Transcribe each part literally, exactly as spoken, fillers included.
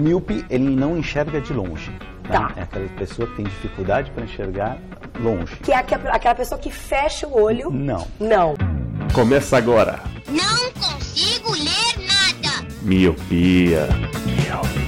míope, ele não enxerga de longe. Né? Tá. É aquela pessoa que tem dificuldade para enxergar longe. Que é aquela pessoa que fecha o olho? Não. Não. Começa agora. Não consigo ler nada. Miopia. Miopia.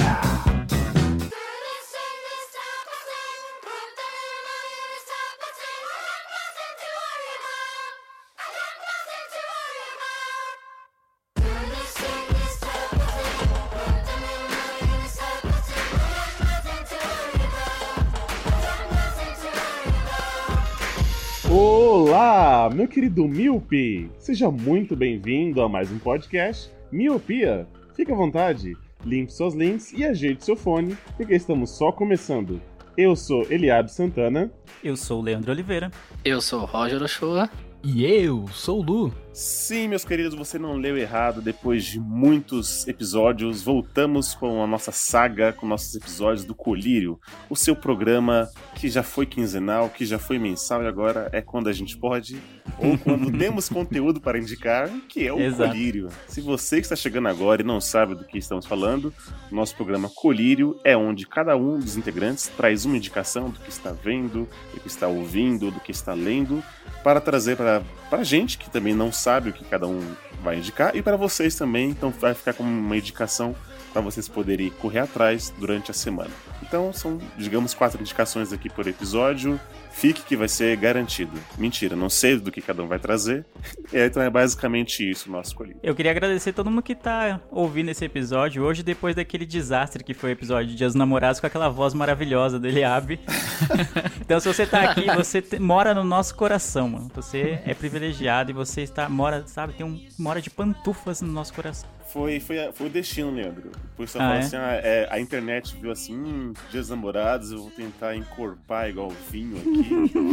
Olá, meu querido míope! Seja muito bem-vindo a mais um podcast Miopia. Fique à vontade, limpe suas lentes e ajeite seu fone, porque estamos só começando. Eu sou Eliabe Santana. Eu sou o Leandro Oliveira. Eu sou o Roger Ochoa. E eu sou o Lu. Sim, meus queridos, você não leu errado. Depois de muitos episódios, voltamos com a nossa saga, com nossos episódios do Colírio, o seu programa que já foi quinzenal, que já foi mensal e agora é quando a gente pode, ou quando temos conteúdo para indicar, que é o Exato. Colírio. Se você que está chegando agora e não sabe do que estamos falando, nosso programa Colírio é onde cada um dos integrantes traz uma indicação do que está vendo, do que está ouvindo, do que está lendo, para trazer para a gente, que também não sabe o que cada um vai indicar, e para vocês também, então vai ficar como uma indicação para vocês poderem correr atrás durante a semana. Então são, digamos, quatro indicações aqui por episódio. Fique que vai ser garantido. Mentira, não sei do que cada um vai trazer. É, então é basicamente isso o nosso colírio. Eu queria agradecer todo mundo que tá ouvindo esse episódio hoje, depois daquele desastre que foi o episódio de Dias dos Namorados, com aquela voz maravilhosa do Eliabe. Então se você tá aqui, você te, mora no nosso coração, mano. Você é privilegiado e você está, mora, sabe, tem um, mora de pantufas no nosso coração. Foi, foi, foi o destino, Leandro. Por isso eu Ah, falo é? assim, ah, é, a internet viu assim, hum, Dias dos Namorados, eu vou tentar encorpar igual vinho aqui.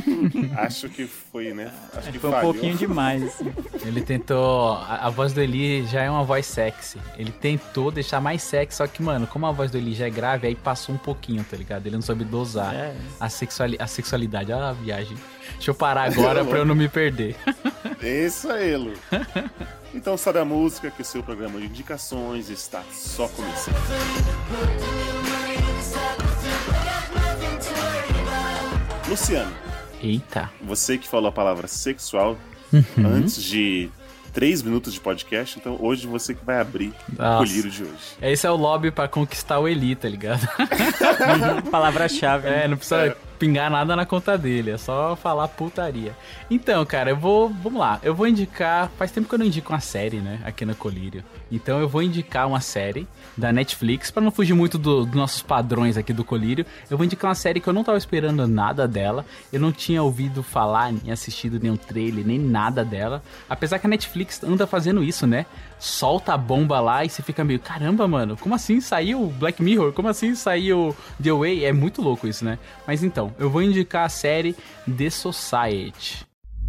Acho que foi, né? Acho que Foi um falhou. pouquinho demais, assim. Ele tentou... A, a voz do Eli já é uma voz sexy. Ele tentou deixar mais sexy, só que, mano, como a voz do Eli já é grave, aí passou um pouquinho, tá ligado? Ele não soube dosar É. a, sexuali a sexualidade. Ah, a viagem. Deixa eu parar agora pra eu não me perder. Isso aí, Lu. Então sai da música que o seu programa de indicações está só começando. Luciano, Eita. você que falou a palavra sexual Uhum. antes de três minutos de podcast, então hoje você que vai abrir o Nossa. colírio de hoje. Esse é o lobby pra conquistar o Eli, tá ligado? Palavra-chave. É, não precisa pingar nada na conta dele, é só falar putaria. Então, cara, eu vou, vamos lá, eu vou indicar, faz tempo que eu não indico uma série, né, aqui no Colírio. Então eu vou indicar uma série da Netflix, pra não fugir muito do- dos nossos padrões aqui do Colírio. Eu vou indicar uma série que eu não tava esperando nada dela, eu não tinha ouvido falar, nem assistido nenhum trailer, nem nada dela. Apesar que a Netflix anda fazendo isso, né? Solta a bomba lá e você fica meio, caramba, mano, como assim saiu Black Mirror? Como assim saiu The Way? É muito louco isso, né? Mas então, eu vou indicar a série The Society.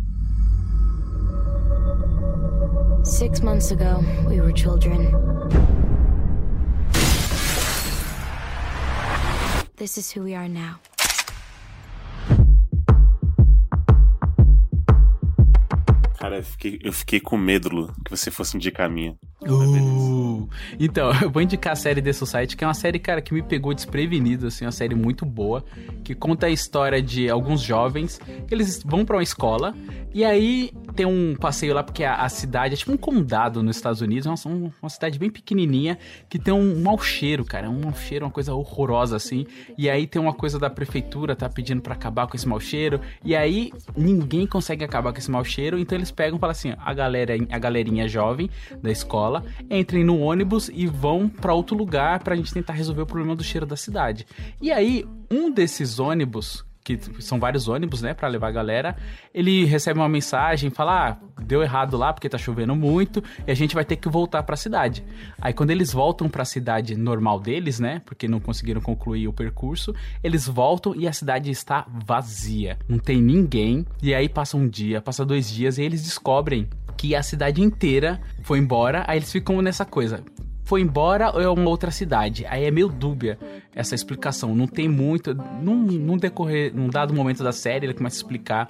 Six months ago, we were children. This is who we are now. Cara, eu fiquei, eu fiquei com medo, Lu, que você fosse indicar a minha. Uh, então, eu vou indicar a série The Society, que é uma série, cara, que me pegou desprevenido, assim, uma série muito boa, que conta a história de alguns jovens, que eles vão pra uma escola, e aí tem um passeio lá, porque a, a cidade é tipo um condado nos Estados Unidos, é uma, uma cidade bem pequenininha, que tem um mau cheiro, cara, um mau cheiro, uma coisa horrorosa, assim, e aí tem uma coisa da prefeitura, tá pedindo pra acabar com esse mau cheiro, e aí ninguém consegue acabar com esse mau cheiro, então eles pegam e falam assim, a, galera, a galerinha jovem da escola, entrem no ônibus e vão pra outro lugar pra gente tentar resolver o problema do cheiro da cidade. E aí, um desses ônibus, que são vários ônibus, né, pra levar a galera, ele recebe uma mensagem, fala, ah, deu errado lá porque tá chovendo muito e a gente vai ter que voltar pra cidade. Aí quando eles voltam pra cidade normal deles, né, porque não conseguiram concluir o percurso, eles voltam e a cidade está vazia, não tem ninguém, e aí passa um dia, passa dois dias e eles descobrem que a cidade inteira foi embora, aí eles ficam nessa coisa, foi embora ou é uma outra cidade? Aí é meio dúbia essa explicação, não tem muito, num, num decorrer, num dado momento da série ele começa a explicar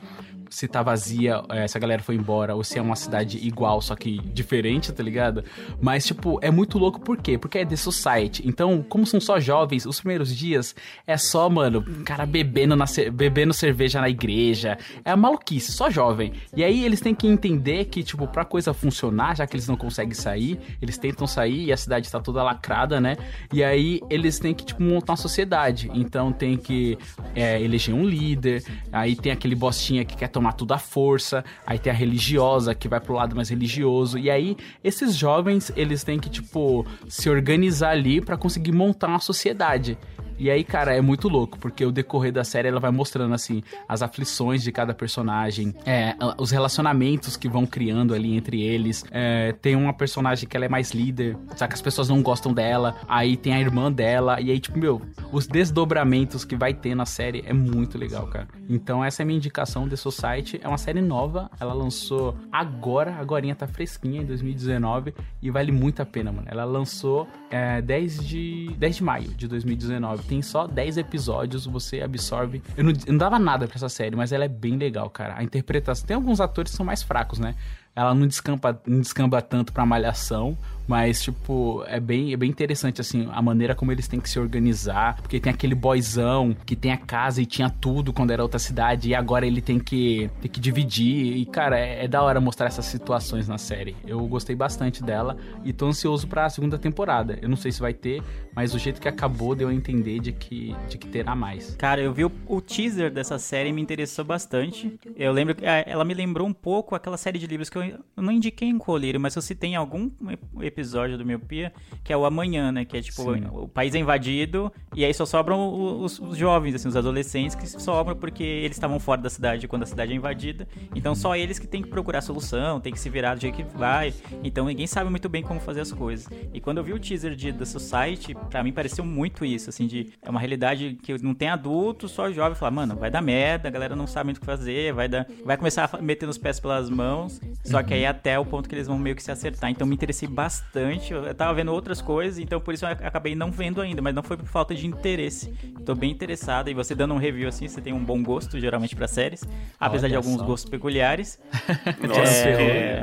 se tá vazia, é, se a galera foi embora, ou se é uma cidade igual, só que diferente, tá ligado? Mas, tipo, é muito louco, por quê? Porque é The Society. Então, como são só jovens, os primeiros dias é só, mano, cara bebendo, na, bebendo cerveja na igreja. É a maluquice, só jovem. E aí eles têm que entender que, tipo, pra coisa funcionar, já que eles não conseguem sair, eles tentam sair e a cidade tá toda lacrada, né? E aí eles têm que, tipo, montar uma sociedade. Então tem que é, eleger um líder, aí tem aquele bostinha que quer tomar tudo à força, aí tem a religiosa que vai pro lado mais religioso, e aí esses jovens, eles têm que, tipo, se organizar ali pra conseguir montar uma sociedade. E aí, cara, é muito louco, porque o decorrer da série, ela vai mostrando, assim, as aflições de cada personagem, é, os relacionamentos que vão criando ali entre eles. É, tem uma personagem que ela é mais líder, só que as pessoas não gostam dela. Aí tem a irmã dela, e aí, tipo, meu, os desdobramentos que vai ter na série é muito legal, cara. Então, essa é a minha indicação. The Society é uma série nova, ela lançou agora, agorinha tá fresquinha, em dois mil e dezenove, e vale muito a pena, mano. Ela lançou é, dez de maio de dois mil e dezenove. Tem só dez episódios, você absorve. Eu não, eu não dava nada pra essa série, mas ela é bem legal, cara. A interpretação... Tem alguns atores que são mais fracos, né? Ela não descamba, não descamba tanto pra Malhação, mas, tipo, é bem, é bem interessante, assim, a maneira como eles têm que se organizar, porque tem aquele boyzão que tem a casa e tinha tudo quando era outra cidade, e agora ele tem que, tem que dividir, e, cara, é, é da hora mostrar essas situações na série. Eu gostei bastante dela, e tô ansioso pra segunda temporada. Eu não sei se vai ter, mas o jeito que acabou deu a entender de que, de que terá mais. Cara, eu vi o, o teaser dessa série e me interessou bastante. Eu lembro que ela me lembrou um pouco aquela série de livros que eu, eu não indiquei em Colírio, mas eu citei em algum episódio do Miopia, que é o Amanhã, né? Que é tipo, Sim. o país é invadido e aí só sobram os, os jovens, assim, os adolescentes que sobram porque eles estavam fora da cidade quando a cidade é invadida. Então só eles que tem que procurar solução, tem que se virar do jeito que vai. Então ninguém sabe muito bem como fazer as coisas. E quando eu vi o teaser de The Society, pra mim pareceu muito isso, assim, de é uma realidade que não tem adulto, só jovem. Falar, mano, vai dar merda, a galera não sabe muito o que fazer, vai dar, vai começar a meter nos pés pelas mãos, só que aí até o ponto que eles vão meio que se acertar. Então me interessei bastante. Eu tava vendo outras coisas, então por isso eu acabei não vendo ainda, mas não foi por falta de interesse. Tô bem interessado, e você dando um review assim, você tem um bom gosto, geralmente, pra séries, apesar Olha de alguns só. gostos peculiares. Nossa, é...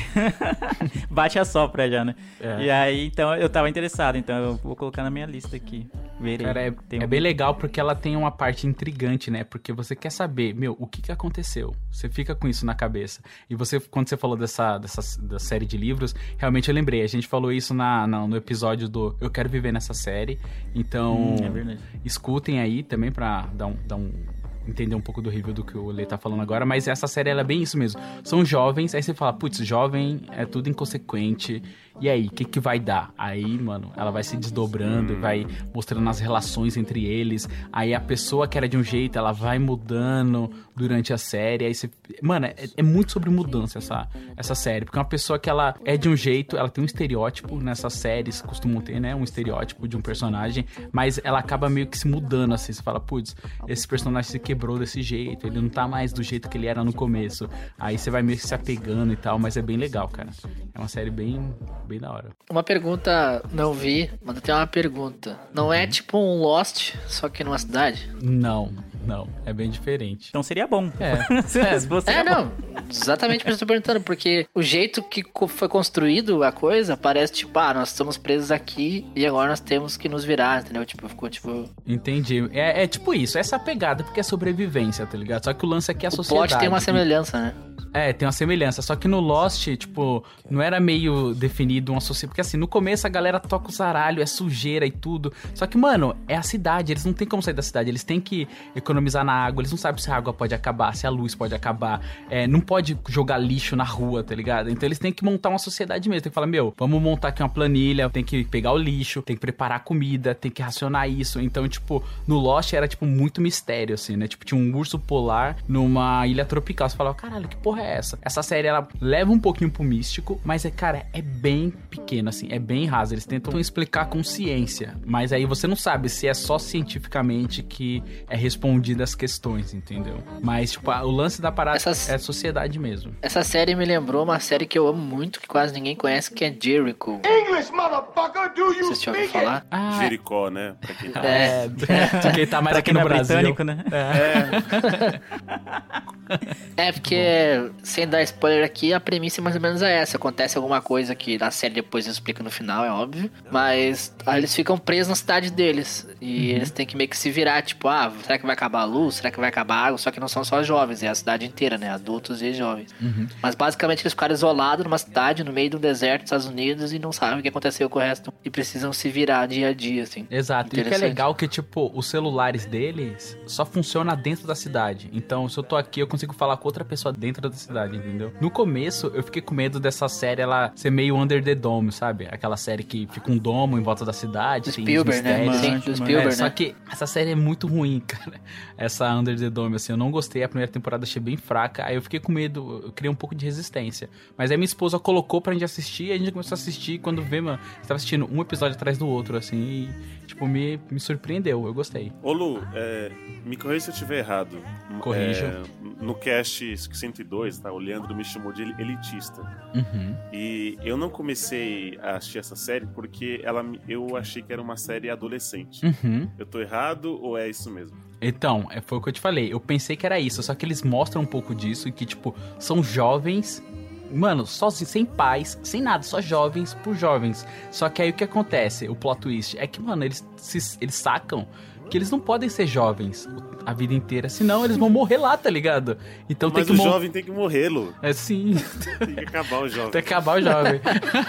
Bate a sopra já, né? É. E aí, então, eu tava interessado, então eu vou colocar na minha lista aqui. Verei. Cara, é, tem é um... bem legal porque ela tem uma parte intrigante, né? Porque você quer saber, meu, o que que aconteceu? Você fica com isso na cabeça. E você, quando você falou dessa, dessa da série de livros, realmente eu lembrei. A gente falou isso na, na, no episódio do Eu Quero Viver Nessa Série. Então, hum, é verdade. Escutem aí também pra dar um... Dar um entender um pouco do review do que o Lê tá falando agora, mas essa série, ela é bem isso mesmo. São jovens, aí você fala, putz, jovem é tudo inconsequente, e aí, o que que vai dar? Aí, mano, ela vai se desdobrando, hum. vai mostrando as relações entre eles, aí a pessoa que era de um jeito, ela vai mudando durante a série, aí você... Mano, é, é muito sobre mudança essa, essa série, porque uma pessoa que ela é de um jeito, ela tem um estereótipo, nessas séries costumam ter, né, um estereótipo de um personagem, mas ela acaba meio que se mudando, assim, você fala, putz, esse personagem se quebrou desse jeito, ele não tá mais do jeito que ele era no começo, aí você vai meio que se apegando e tal, mas é bem legal, cara. É uma série bem... bem da hora. Uma pergunta, não vi, mas eu tenho uma pergunta. Não é tipo um Lost, só que numa cidade? Não, não. É bem diferente. Então seria bom. É, se é, fosse é bom. não. Exatamente por isso que eu tô perguntando, porque o jeito que foi construído a coisa parece tipo, ah, nós estamos presos aqui e agora nós temos que nos virar, entendeu? Tipo, ficou tipo... Entendi. É, é tipo isso, essa pegada, porque é sobrevivência, tá ligado? Só que o lance aqui é a o sociedade. plot tem uma semelhança, né? É, tem uma semelhança. Só que no Lost, tipo, não era meio definido uma sociedade. Porque assim, no começo a galera toca o zaralho, é sujeira e tudo. Só que, mano, é a cidade. Eles não tem como sair da cidade. Eles têm que economizar na água. Eles não sabem se a água pode acabar, se a luz pode acabar. É, não pode jogar lixo na rua, tá ligado? Então eles têm que montar uma sociedade mesmo. Tem que falar, meu, vamos montar aqui uma planilha. Tem que pegar o lixo, tem que preparar a comida, tem que racionar isso. Então, tipo, no Lost era, tipo, muito mistério, assim, né? Tipo, tinha um urso polar numa ilha tropical. Você falava, caralho, que porra porra é essa? Essa série, ela leva um pouquinho pro místico, mas, é, cara, é bem pequeno, assim, é bem raso. Eles tentam explicar com ciência, mas aí você não sabe se é só cientificamente que é respondida as questões, entendeu? Mas, tipo, o lance da parada Essas... é a sociedade mesmo. Essa série me lembrou uma série que eu amo muito, que quase ninguém conhece, que é Jericho. English, motherfucker, do you Vocês já ouviram falar? Ah, Jericó, né? Pra quem tá... É, é. Quem tá mais aqui no Brasil. Britânico, né? É. É, porque, sem dar spoiler aqui, a premissa mais ou menos é essa. Acontece alguma coisa que na série depois explica no final, é óbvio. Mas aí eles ficam presos na cidade deles. E uhum. eles têm que meio que se virar, tipo, ah, será que vai acabar a luz? Será que vai acabar a água? Só que não são só jovens, é a cidade inteira, né? Adultos e jovens. Uhum. Mas basicamente eles ficaram isolados numa cidade, no meio de um deserto dos Estados Unidos, e não sabem o que aconteceu com o resto. E precisam se virar dia a dia, assim. Exato. E o que é legal é que, tipo, os celulares deles só funcionam dentro da cidade. Então, se eu tô aqui, eu consigo falar com outra pessoa dentro da cidade, entendeu? No começo, eu fiquei com medo dessa série, ela ser meio Under the Dome, sabe? Aquela série que fica um domo em volta da cidade, tem Spielberg, né? Sim, do Spielberg, é, né? Só que essa série é muito ruim, cara. Essa Under the Dome, assim, eu não gostei. A primeira temporada achei bem fraca. Aí eu fiquei com medo, eu criei um pouco de resistência. Mas aí minha esposa colocou pra gente assistir, e a gente começou a assistir. E quando vê, mano, você tava assistindo um episódio atrás do outro, assim, e, tipo, me, me surpreendeu. Eu gostei. Ô, Lu, é, me corrija se eu estiver errado. Corrija. É, no cast cento e dois, tá? O Leandro me chamou de elitista. Uhum. E eu não comecei a assistir essa série porque ela, eu achei que era uma série adolescente. Uhum. Eu tô errado ou é isso mesmo? Então, é, foi o que eu te falei. Eu pensei que era isso, só que eles mostram um pouco disso e que, tipo, são jovens, mano, sozinhos, sem pais, sem nada, só jovens por jovens. Só que aí o que acontece, o plot twist, é que, mano, eles, se, eles sacam que eles não podem ser jovens a vida inteira, senão eles vão morrer lá, tá ligado? Então Mas tem que o mo- jovem tem que morrer, Lu. É sim. Tem que acabar o jovem. Tem que acabar o jovem.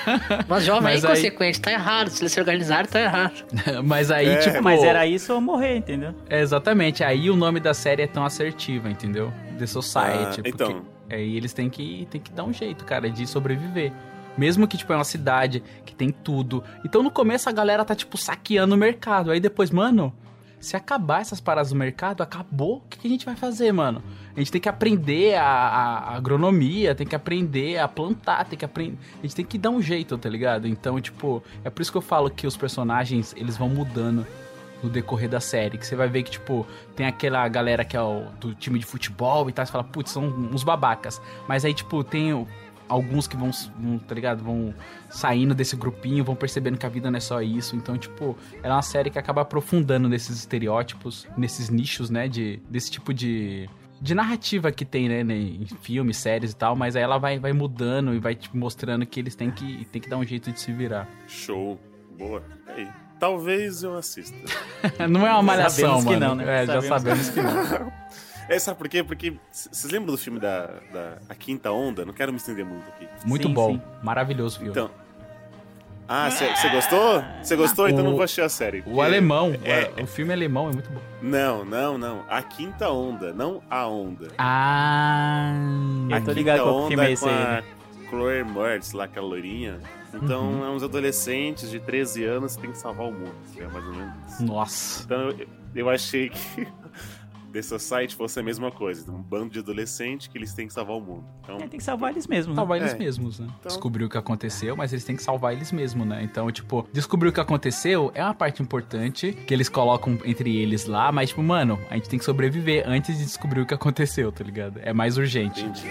Mas jovem Mas é aí... inconsequente, tá errado. Se eles se organizarem, tá errado. Mas aí, É. tipo... Mas era isso ou morrer, entendeu? É, exatamente. Aí o nome da série é tão assertivo, entendeu? The Society. Ah, então. Aí eles têm que, têm que dar um jeito, cara, de sobreviver. Mesmo que, tipo, é uma cidade que tem tudo. Então, no começo, a galera tá, tipo, saqueando o mercado. Aí depois, mano... Se acabar essas paradas do mercado, acabou. O que a gente vai fazer, mano? A gente tem que aprender a, a, a agronomia, tem que aprender a plantar, tem que aprender... A gente tem que dar um jeito, tá ligado? Então, tipo, é por isso que eu falo que os personagens, eles vão mudando no decorrer da série. Que você vai ver que, tipo, tem aquela galera que é o, do time de futebol e tal. Você fala, putz, são uns babacas. Mas aí, tipo, tem... o, alguns que vão, vão, tá ligado? Vão saindo desse grupinho, vão percebendo que a vida não é só isso. Então, tipo, ela é uma série que acaba aprofundando nesses estereótipos, nesses nichos, né? De, desse tipo de, de narrativa que tem, né? Em filmes, séries e tal. Mas aí ela vai, vai mudando e vai tipo, mostrando que eles têm que, têm que dar um jeito de se virar. Show. Boa. Aí. Talvez eu assista. Não é uma malhação, sabemos mano. Que não, né? É, sabemos já sabemos que não. É, sabe por quê? Porque vocês lembram do filme da, da A Quinta Onda? Não quero me estender muito aqui. Muito Sim, bom. sim. Maravilhoso filme. Então. Ah, você gostou? Você gostou? Então O- não vou assistir a série. O porque alemão, É, o filme alemão é muito bom. Não, não, não. A Quinta Onda, não a Onda. Ah... A Eu tô ligado Quinta qual que filme Onda é esse com aí. a Chloe Moretz, lá, aquela loirinha. Então, Uhum. é uns adolescentes de treze anos que tem que salvar o mundo. É mais ou menos isso. Nossa. Então, eu, eu achei que The Society fosse a mesma coisa. Um bando de adolescentes que eles têm que salvar o mundo. Então, É, tem que salvar eles mesmos, né? Salvar eles É. mesmos, né? Então- Descobrir o que aconteceu, mas eles têm que salvar eles mesmos, né? Então, tipo, descobrir o que aconteceu é uma parte importante que eles colocam entre eles lá, mas, tipo, mano, a gente tem que sobreviver antes de descobrir o que aconteceu, tá ligado? É mais urgente. entendi.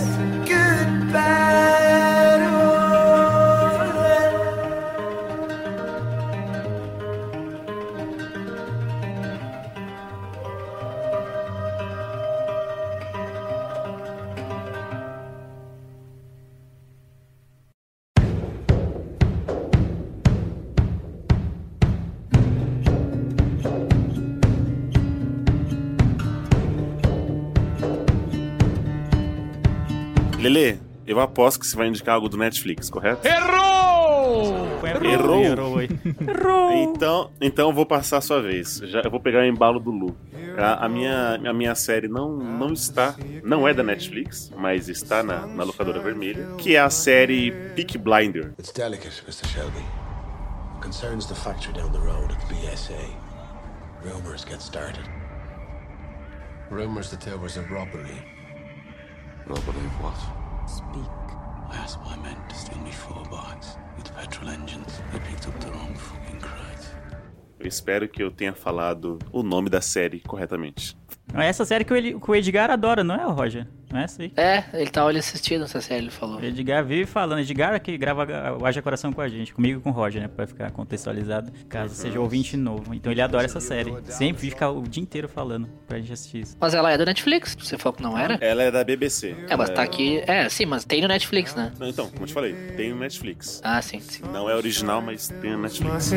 Lelê, eu aposto que você vai indicar algo do Netflix, correto? Põe a Errou. Errou aí. Errou. Então, então eu vou passar a sua vez. Já, eu vou pegar o embalo do Lu. A, a minha, a minha série não, não está, não é da Netflix, mas está na, na locadora vermelha, que é a série Peaky Blinders. It's delicate, mister Shelby. Concerns the factory down the road at the B S A. Rumors get started. Rumors that there was a robbery. Not believe what? Speak. I asked my men to steal me four bikes with petrol engines. They picked up the wrong fucking crate. Eu espero que eu tenha falado o nome da série corretamente. É essa série que o, Eli- que o Edgar adora, não é, Roger? Não é essa aí? É, ele tá olhando assistindo essa série, ele falou. O Edgar vive falando. Edgar que grava o Haja Coração com a gente, comigo e com o Roger, né? Pra ficar contextualizado, caso seja ouvinte novo. Então ele adora essa série. Sempre fica o dia inteiro falando pra gente assistir isso. Mas ela é da Netflix, você falou que não era? Ela é da B B C. É, mas tá aqui... É, sim, mas tem no Netflix, né? Não, então, como eu te falei, tem no Netflix. Ah, sim, sim. Não é original, mas tem no Netflix.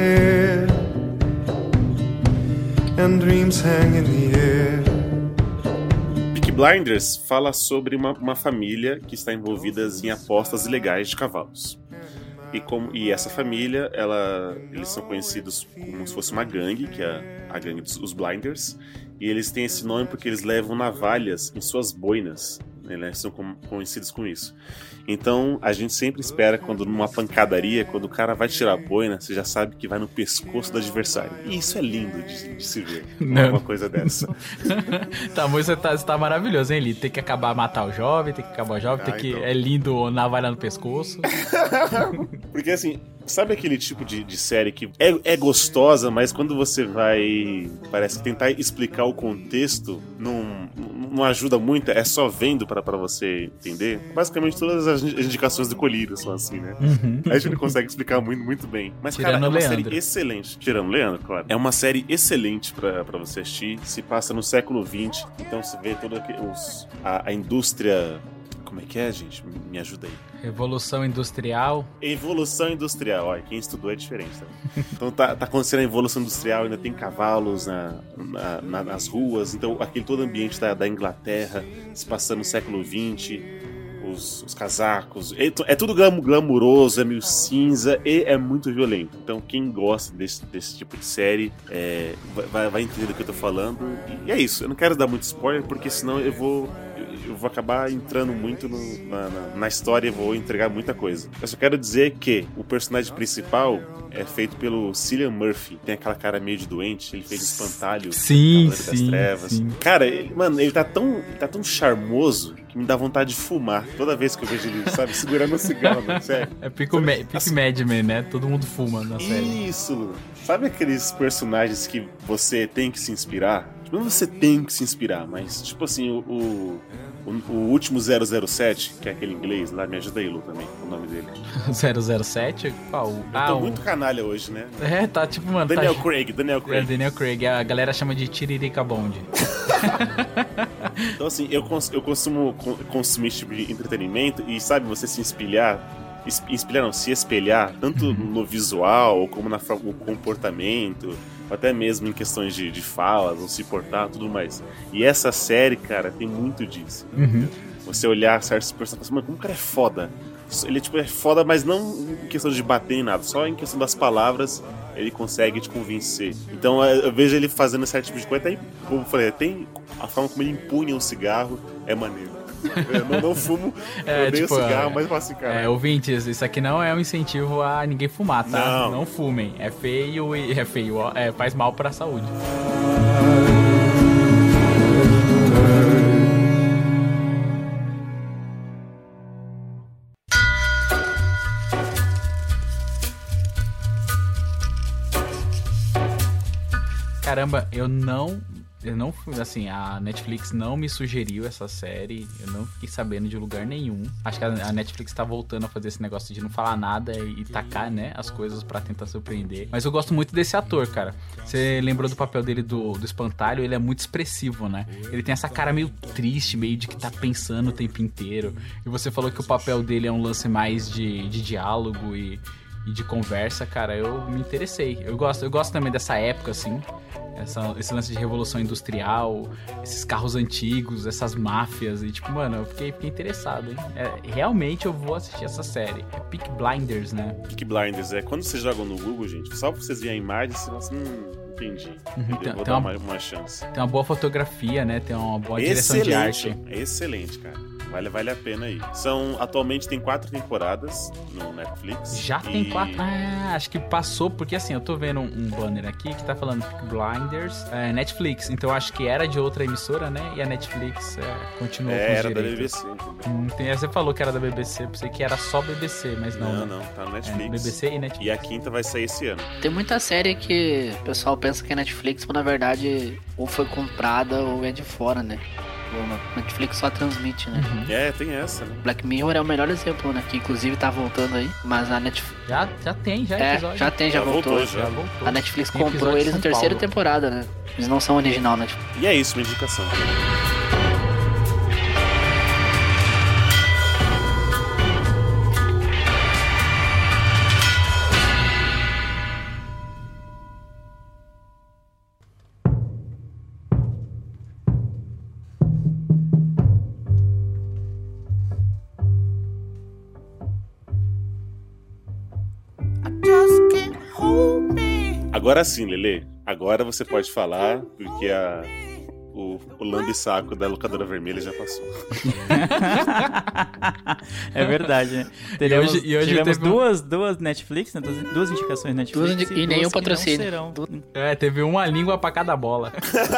And dreams hang in the air. Peaky Blinders fala sobre uma, uma família que está envolvida em apostas ilegais de cavalos. E, como, e essa família, ela, eles são conhecidos como se fosse uma gangue, que é a gangue dos os Blinders. E eles têm esse nome porque eles levam navalhas em suas boinas. Né, são conhecidos com isso. Então a gente sempre espera quando numa pancadaria, quando o cara vai tirar a boina, você já sabe que vai no pescoço do adversário. E isso é lindo de, de se ver. Não. Uma coisa dessa. Tá, mas você tá, você tá maravilhoso, hein, Li? Tem que acabar matar o jovem, tem que acabar o jovem, ah, tem que. Então. É lindo navalha no pescoço. Porque assim, sabe aquele tipo de, de série que é, é gostosa, mas quando você vai, parece que tentar explicar o contexto, não, não ajuda muito, é só vendo pra, pra você entender. Basicamente todas as indicações do Colírio são assim, né? Uhum. A gente não consegue explicar muito, muito bem. Mas, Tirando cara, é uma Leandro. série excelente. Tirando o Leandro, claro. É uma série excelente pra, pra você assistir. Se passa no século vinte, então você vê toda os, a, a indústria... Como é que é, gente? Me ajuda aí. Revolução Industrial. Evolução Industrial. Olha, quem estudou é diferente. Tá? Então tá, tá acontecendo a Evolução Industrial, ainda tem cavalos na, na, na, nas ruas. Então aquele todo ambiente da, da Inglaterra, se passando no século vinte, os, os casacos. É, é tudo glam, glamuroso, é meio cinza e é muito violento. Então quem gosta desse, desse tipo de série é, vai, vai entender do que eu tô falando. E é isso. Eu não quero dar muito spoiler, porque senão eu vou... eu vou acabar entrando muito no, na, na, na história e vou entregar muita coisa. Eu só quero dizer que o personagem principal é feito pelo Cillian Murphy. Tem aquela cara meio de doente, ele fez Espantalho, sim, sim, das Trevas. Sim. Cara, ele, mano, ele tá, tão, ele tá tão charmoso que me dá vontade de fumar toda vez que eu vejo ele, sabe, segurando um cigarro, mano, sério. É pico, me, pico assim, Mad Men, né? Todo mundo fuma na série. Isso! Sabe aqueles personagens que você tem que se inspirar? Não você tem que se inspirar, mas tipo assim, o, o, o, o último zero zero sete, que é aquele inglês lá, me ajuda aí, Lu, também, o nome dele. zero zero sete? Qual? Eu ah, tô o... muito canalha hoje, né? É, tá tipo, mano... Daniel tá... Craig, Daniel Craig. É, Daniel Craig, a galera chama de Tiririca Bond. Então assim, eu, cons- eu costumo consumir esse tipo de entretenimento e, sabe, você se inspirar... Inspirar não, se espelhar, tanto no visual, como na, no comportamento... até mesmo em questões de, de falas, não se portar, tudo mais. E essa série, cara, tem muito disso. Uhum. Você olhar certos personagens e falar, mano, como o cara é foda. Ele tipo, é foda, mas não em questão de bater em nada, só em questão das palavras ele consegue te convencer. Então eu vejo ele fazendo esse tipo de coisa, até, como eu falei, tem a forma como ele empunha um cigarro, é maneiro. Eu não, não fumo, é, eu odeio tipo, cigarro, mas eu faço assim, cara. É, ouvintes, isso aqui não é um incentivo a ninguém fumar, tá? Não, não fumem. É feio e é feio, ó, é, faz mal pra saúde. Caramba, eu não... Eu não fui, assim, a Netflix não me sugeriu essa série, eu não fiquei sabendo de lugar nenhum. Acho que a Netflix tá voltando a fazer esse negócio de não falar nada e tacar, né, as coisas pra tentar surpreender. Mas eu gosto muito desse ator, cara. Você lembrou do papel dele do, do Espantalho? Ele é muito expressivo, né? Ele tem essa cara meio triste, meio de que tá pensando o tempo inteiro. E você falou que o papel dele é um lance mais de, de diálogo e, e de conversa, cara. Eu me interessei. Eu gosto, eu gosto também dessa época, assim. Essa, esse lance de revolução industrial, esses carros antigos, essas máfias. E tipo, mano, eu fiquei, fiquei interessado, hein? É, realmente eu vou assistir essa série. É Peaky Blinders, né? Peaky Blinders, é. Quando vocês jogam no Google, gente, só pra vocês verem a imagem, você fala assim, hum, entendi. Uhum, eu tem, vou tem dar uma, uma, uma chance. Tem uma boa fotografia, né? Tem uma boa excelente, direção de arte. Excelente, cara. Vale, vale a pena aí. São, atualmente tem quatro temporadas no Netflix. Já e... tem quatro? Ah, acho que passou, porque assim, eu tô vendo um, um banner aqui que tá falando Peaky Blinders, é, Netflix. Então eu acho que era de outra emissora, né? E a Netflix é, continuou é, com os era direitos. da B B C, entendeu? Hum, tem, você falou que era da B B C, pensei que era só B B C, mas não. Não, né? não, tá no Netflix. É, B B C e Netflix. E a quinta vai sair esse ano. Tem muita série que o pessoal pensa que é Netflix, mas na verdade ou foi comprada ou é de fora, né? O Netflix só transmite, né? Uhum. É, tem essa, né? Black Mirror é o melhor exemplo, né? Que inclusive tá voltando aí, mas a Netflix... Já, já tem, já é, episódio. já tem, já, já voltou. voltou já. Já voltou. A Netflix Tem comprou episódio eles de na São terceira Paulo. temporada, né? Eles não são original, né? E é isso, uma indicação. Agora sim, Lelê. Agora você pode falar, porque a, o, o lambe-saco da locadora vermelha já passou. É verdade, né? Teremos, e hoje, e hoje tivemos teve um... duas, duas Netflix, né? duas, duas indicações Netflix. Duas, e e nenhum duas patrocínio. Serão. É, teve uma língua pra cada bola.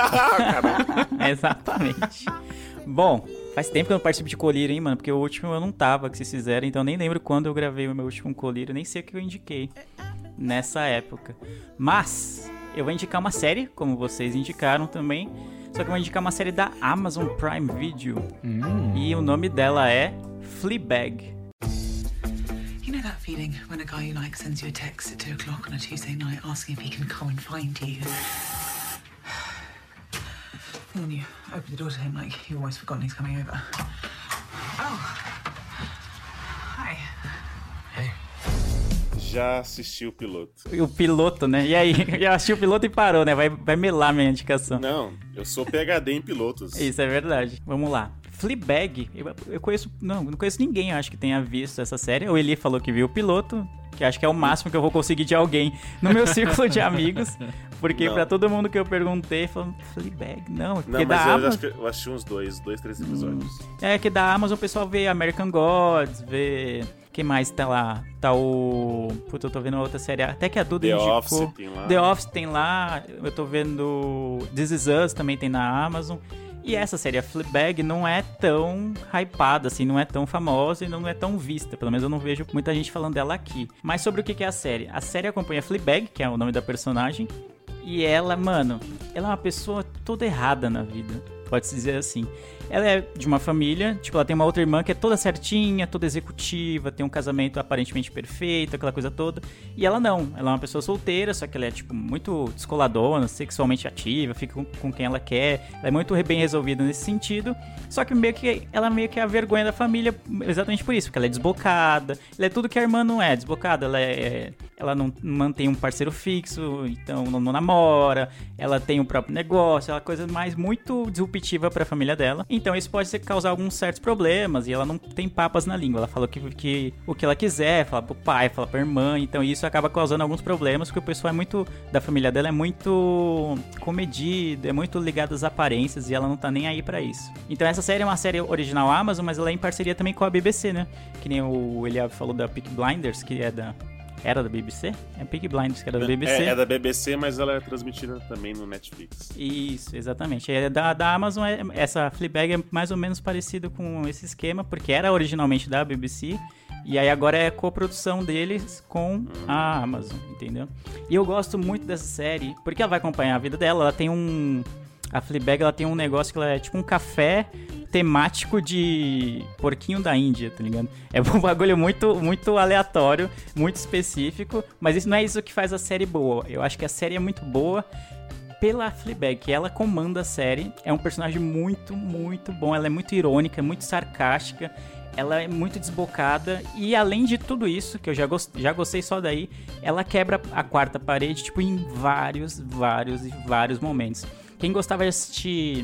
Exatamente. Bom, faz tempo que eu não participo de colírio, hein, mano? Porque o último eu não tava que vocês fizeram, então eu nem lembro quando eu gravei o meu último colírio, nem sei o que eu indiquei nessa época. Mas eu vou indicar uma série, como vocês indicaram também, só que eu vou indicar uma série da Amazon Prime Video. Hum. E o nome dela é Fleabag. You know that feeling when a guy you like sends you a text at two o'clock on a Tuesday night asking if he can come and find you? And then you open the door to him like you've almost forgotten he's coming over. Oh. Hi. Hey. Já assisti o piloto. O piloto, né? E aí? Já assistiu o piloto e parou, né? Vai, vai melar minha indicação. Não, eu sou P H D em pilotos. Isso é verdade. Vamos lá. Fleabag, eu, eu conheço... Não, não conheço ninguém, eu acho, que tenha visto essa série. O Eli falou que viu o piloto, que acho que é o máximo que eu vou conseguir de alguém no meu círculo de amigos. Porque não. Pra todo mundo que eu perguntei, falou, Fleabag, não. Não, mas da eu, Amazon... acho que eu assisti uns dois, dois, três episódios. Hum. É que da Amazon o pessoal vê American Gods, vê... Quem mais tá lá? Tá o... Puta, eu tô vendo outra série. Até que a Duda The indicou. Office tem lá. The Office tem lá. Eu tô vendo... This Is Us também tem na Amazon. E essa série, a Fleabag, não é tão hypada, assim, não é tão famosa e não é tão vista. Pelo menos eu não vejo muita gente falando dela aqui. Mas sobre o que é a série? A série acompanha a Fleabag, que é o nome da personagem. E ela, mano, ela é uma pessoa toda errada na vida. Pode-se dizer assim. Ela é de uma família, tipo, ela tem uma outra irmã que é toda certinha, toda executiva, tem um casamento aparentemente perfeito, aquela coisa toda. E ela não, ela é uma pessoa solteira, só que ela é, tipo, muito descoladona, sexualmente ativa, fica com, com quem ela quer. Ela é muito bem resolvida nesse sentido. Só que meio que ela meio que é a vergonha da família exatamente por isso, porque ela é desbocada. Ela é tudo que a irmã não é, desbocada. Ela é... Ela não mantém um parceiro fixo, então não, não namora. Ela tem o próprio negócio, ela é coisa mais muito disruptiva pra família dela. Então isso pode causar alguns certos problemas e ela não tem papas na língua. Ela fala que, que, o que ela quiser, fala pro pai, fala pra irmã. Então isso acaba causando alguns problemas, porque o pessoal é muito... Da família dela é muito comedido, é muito ligado às aparências e ela não tá nem aí pra isso. Então essa série é uma série original Amazon, mas ela é em parceria também com a B B C, né? Que nem o Eliab falou da Peaky Blinders, que é da... Era da B B C? É Peaky Blinders, que era da B B C. É, é da B B C, mas ela é transmitida também no Netflix. Isso, exatamente. É da, da Amazon, é, essa Fleabag é mais ou menos parecida com esse esquema, porque era originalmente da B B C, e aí agora é coprodução deles com hum. a Amazon, entendeu? E eu gosto muito dessa série, porque ela vai acompanhar a vida dela, ela tem um... A Fleabag, ela tem um negócio que ela é tipo um café temático de porquinho da Índia, tá ligado? É um bagulho muito, muito aleatório, muito específico, mas isso não é isso que faz a série boa. Eu acho que a série é muito boa pela Fleabag, que ela comanda a série. É um personagem muito, muito bom. Ela é muito irônica, muito sarcástica. Ela é muito desbocada e, além de tudo isso, que eu já, gost... já gostei só daí, ela quebra a quarta parede, tipo, em vários, vários e vários momentos. Quem gostava de assistir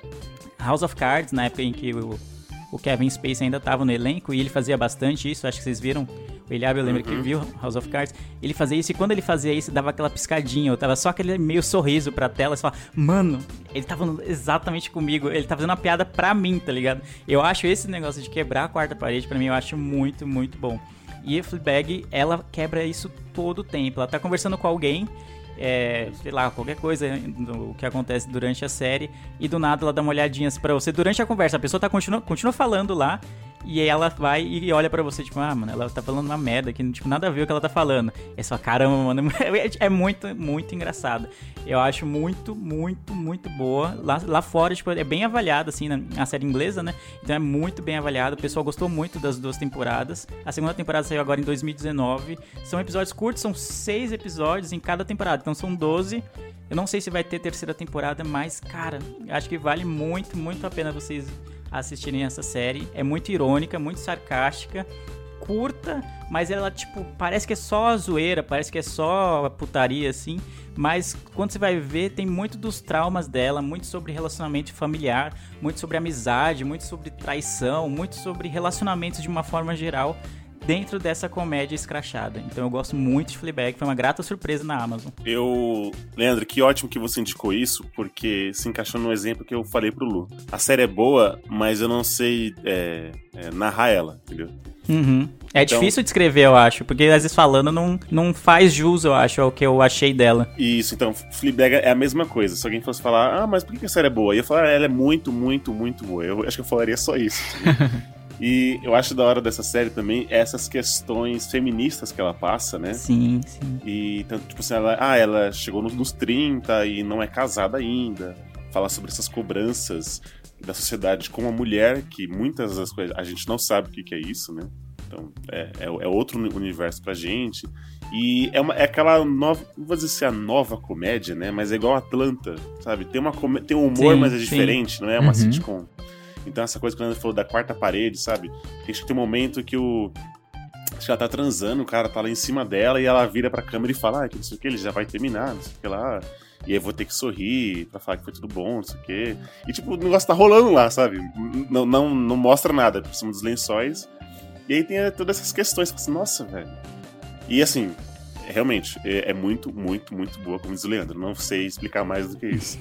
House of Cards, na época em que o, o Kevin Spacey ainda estava no elenco, e ele fazia bastante isso, acho que vocês viram O Eliabe, eu lembro Uhum. que viu House of Cards, ele fazia isso, e quando ele fazia isso, dava aquela piscadinha, eu tava só aquele meio sorriso pra tela, você fala, mano, ele tá falando exatamente comigo, ele tá fazendo uma piada pra mim, tá ligado? Eu acho esse negócio de quebrar a quarta parede, pra mim, eu acho muito, muito bom. E a Fleabag, ela quebra isso todo o tempo, ela tá conversando com alguém, é, sei lá, qualquer coisa do que acontece durante a série, e do nada ela dá uma olhadinha pra você durante a conversa, a pessoa tá continua, continua falando lá, e aí ela vai e olha pra você, tipo, ah, mano, ela tá falando uma merda que, tipo, nada a ver com o que ela tá falando. É só, caramba, mano, é muito, muito engraçado. Eu acho muito, muito, muito boa. Lá, lá fora, tipo, é bem avaliada, assim, na, na série inglesa, né? Então é muito bem avaliada. O pessoal gostou muito das duas temporadas. A segunda temporada saiu agora em dois mil e dezenove. São episódios curtos, são seis episódios em cada temporada. Então são doze. Eu não sei se vai ter terceira temporada, mas, cara, acho que vale muito, muito a pena vocês assistirem essa série. É muito irônica, muito sarcástica, curta, mas ela, tipo, parece que é só zoeira, parece que é só putaria, assim, mas quando você vai ver, tem muito dos traumas dela, muito sobre relacionamento familiar, muito sobre amizade, muito sobre traição, muito sobre relacionamentos de uma forma geral, dentro dessa comédia escrachada. Então eu gosto muito de Fleabag, foi uma grata surpresa na Amazon. Eu... Leandro, que ótimo que você indicou isso, porque se encaixou no exemplo que eu falei pro Lu. A série é boa, mas eu não sei é, é, narrar ela, entendeu? Uhum. É Então- difícil de escrever, eu acho, porque às vezes falando não, não faz jus, eu acho, ao que eu achei dela. Isso, então, Fleabag é a mesma coisa. Se alguém fosse falar, ah, mas por que a série é boa? Eu ia falar, ah, ela é muito, muito, muito boa. Eu acho que eu falaria só isso. E eu acho da hora dessa série também essas questões feministas que ela passa, né? Sim, sim. E tanto, tipo assim, ela, ah, ela chegou nos, nos trinta e não é casada ainda. Fala sobre essas cobranças da sociedade com a mulher, que muitas das coisas a gente não sabe o que, que é isso, né? Então, é, é, é outro uni- universo pra gente. E é, uma, é aquela nova, não vou dizer se é a nova comédia, né? Mas é igual Atlanta, sabe? Tem, uma comé- tem um humor, Sim, mas é sim. diferente, não é uma Uhum. sitcom. Então essa coisa que ela falou da quarta parede, sabe? Acho que tem um momento que o... Acho que ela tá transando, o cara tá lá em cima dela e ela vira pra câmera e fala, ah, que não sei o que, ele já vai terminar, não sei o que lá. E aí eu vou ter que sorrir pra falar que foi tudo bom, não sei o que. E tipo, o negócio tá rolando lá, sabe? Não, não, não mostra nada por cima dos lençóis. E aí tem eh, todas essas questões, você fala assim, nossa, velho. E assim, realmente, é, é muito, muito, muito boa, como diz o Leandro. Não sei explicar mais do que isso.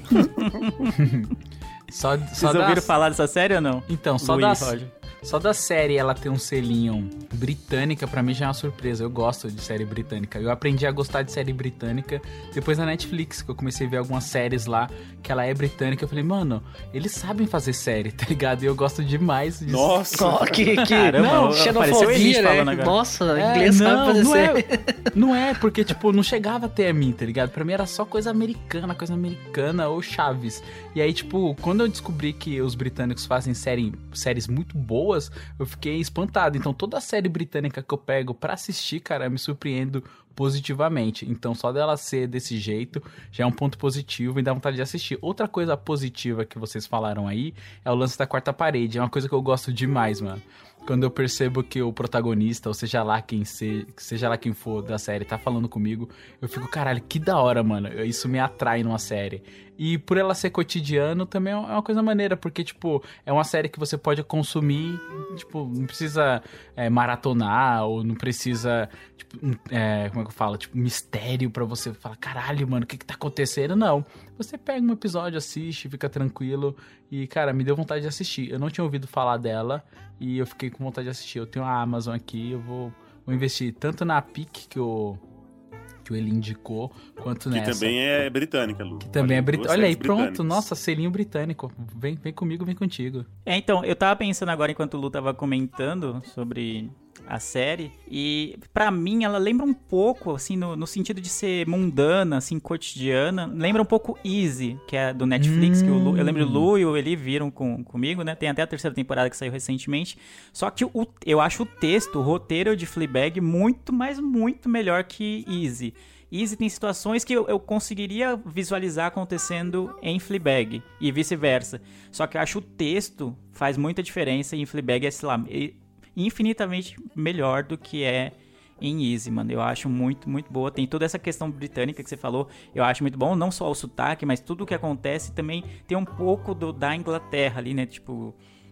Só, Vocês só ouviram da... falar dessa série ou não? Então, só Luiz, da, Roger. só da série ela ter um selinho britânica, pra mim já é uma surpresa. Eu gosto de série britânica. Eu aprendi a gostar de série britânica depois da Netflix, que eu comecei a ver algumas séries lá, que ela é britânica. Eu falei, mano, eles sabem fazer série, tá ligado? E eu gosto demais disso. Nossa! Ó, que, que... Caramba, não, pareceu o Elite xenofobia, falando né? agora. Nossa, É, inglês sabe não, fazer não série. é, não é, porque, tipo, não chegava até a mim, tá ligado? Pra mim era só coisa americana, coisa americana ou Chaves. E aí, tipo, quando eu descobri que os britânicos fazem série, séries muito boas, eu fiquei espantado. Então, toda a série britânica que eu pego pra assistir, cara, eu me surpreendo positivamente. Então, só dela ser desse jeito já é um ponto positivo e dá vontade de assistir. Outra coisa positiva que vocês falaram aí é o lance da quarta parede. É uma coisa que eu gosto demais, mano. Quando eu percebo que o protagonista, ou seja lá quem se, seja lá quem for da série, tá falando comigo, eu fico, caralho, que da hora, mano. Isso me atrai numa série. E por ela ser cotidiano, também é uma coisa maneira, porque, tipo, é uma série que você pode consumir, tipo, não precisa é, maratonar, ou não precisa, tipo, é, como é que eu falo? Tipo, mistério pra você falar, caralho, mano, o que que tá acontecendo? Não. Você pega um episódio, assiste, fica tranquilo, e, cara, me deu vontade de assistir. Eu não tinha ouvido falar dela, e eu fiquei com vontade de assistir. Eu tenho a Amazon aqui, eu vou, vou investir tanto na Pique, que o... que ele indicou, quanto Que nessa. também é britânica, Lu. Que também Olha, é britânico. duas Olha aí, séries pronto. britânicas. Nossa, selinho britânico. Vem, vem comigo, vem contigo. É, então, eu tava pensando agora enquanto o Lu tava comentando sobre a série, e pra mim ela lembra um pouco, assim, no, no sentido de ser mundana, assim, cotidiana, lembra um pouco Easy, que é do Netflix, hum. que o Lu, eu lembro o Lu e o Eli viram com, comigo, né, tem até a terceira temporada que saiu recentemente, só que o, eu acho o texto, o roteiro de Fleabag muito, mas muito melhor que Easy. Easy tem situações que eu, eu conseguiria visualizar acontecendo em Fleabag e vice-versa. Só que eu acho o texto faz muita diferença e em Fleabag é, sei lá, infinitamente melhor do que é em Easy, mano. Eu acho muito, muito boa. Tem toda essa questão britânica que você falou, eu acho muito bom. Não só o sotaque, mas tudo o que acontece também tem um pouco do, da Inglaterra ali, né? Tipo,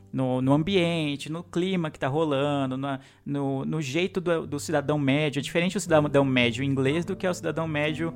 no, no ambiente, no clima que tá rolando, na, no, no jeito do, do cidadão médio. É diferente o cidadão médio inglês do que é o cidadão médio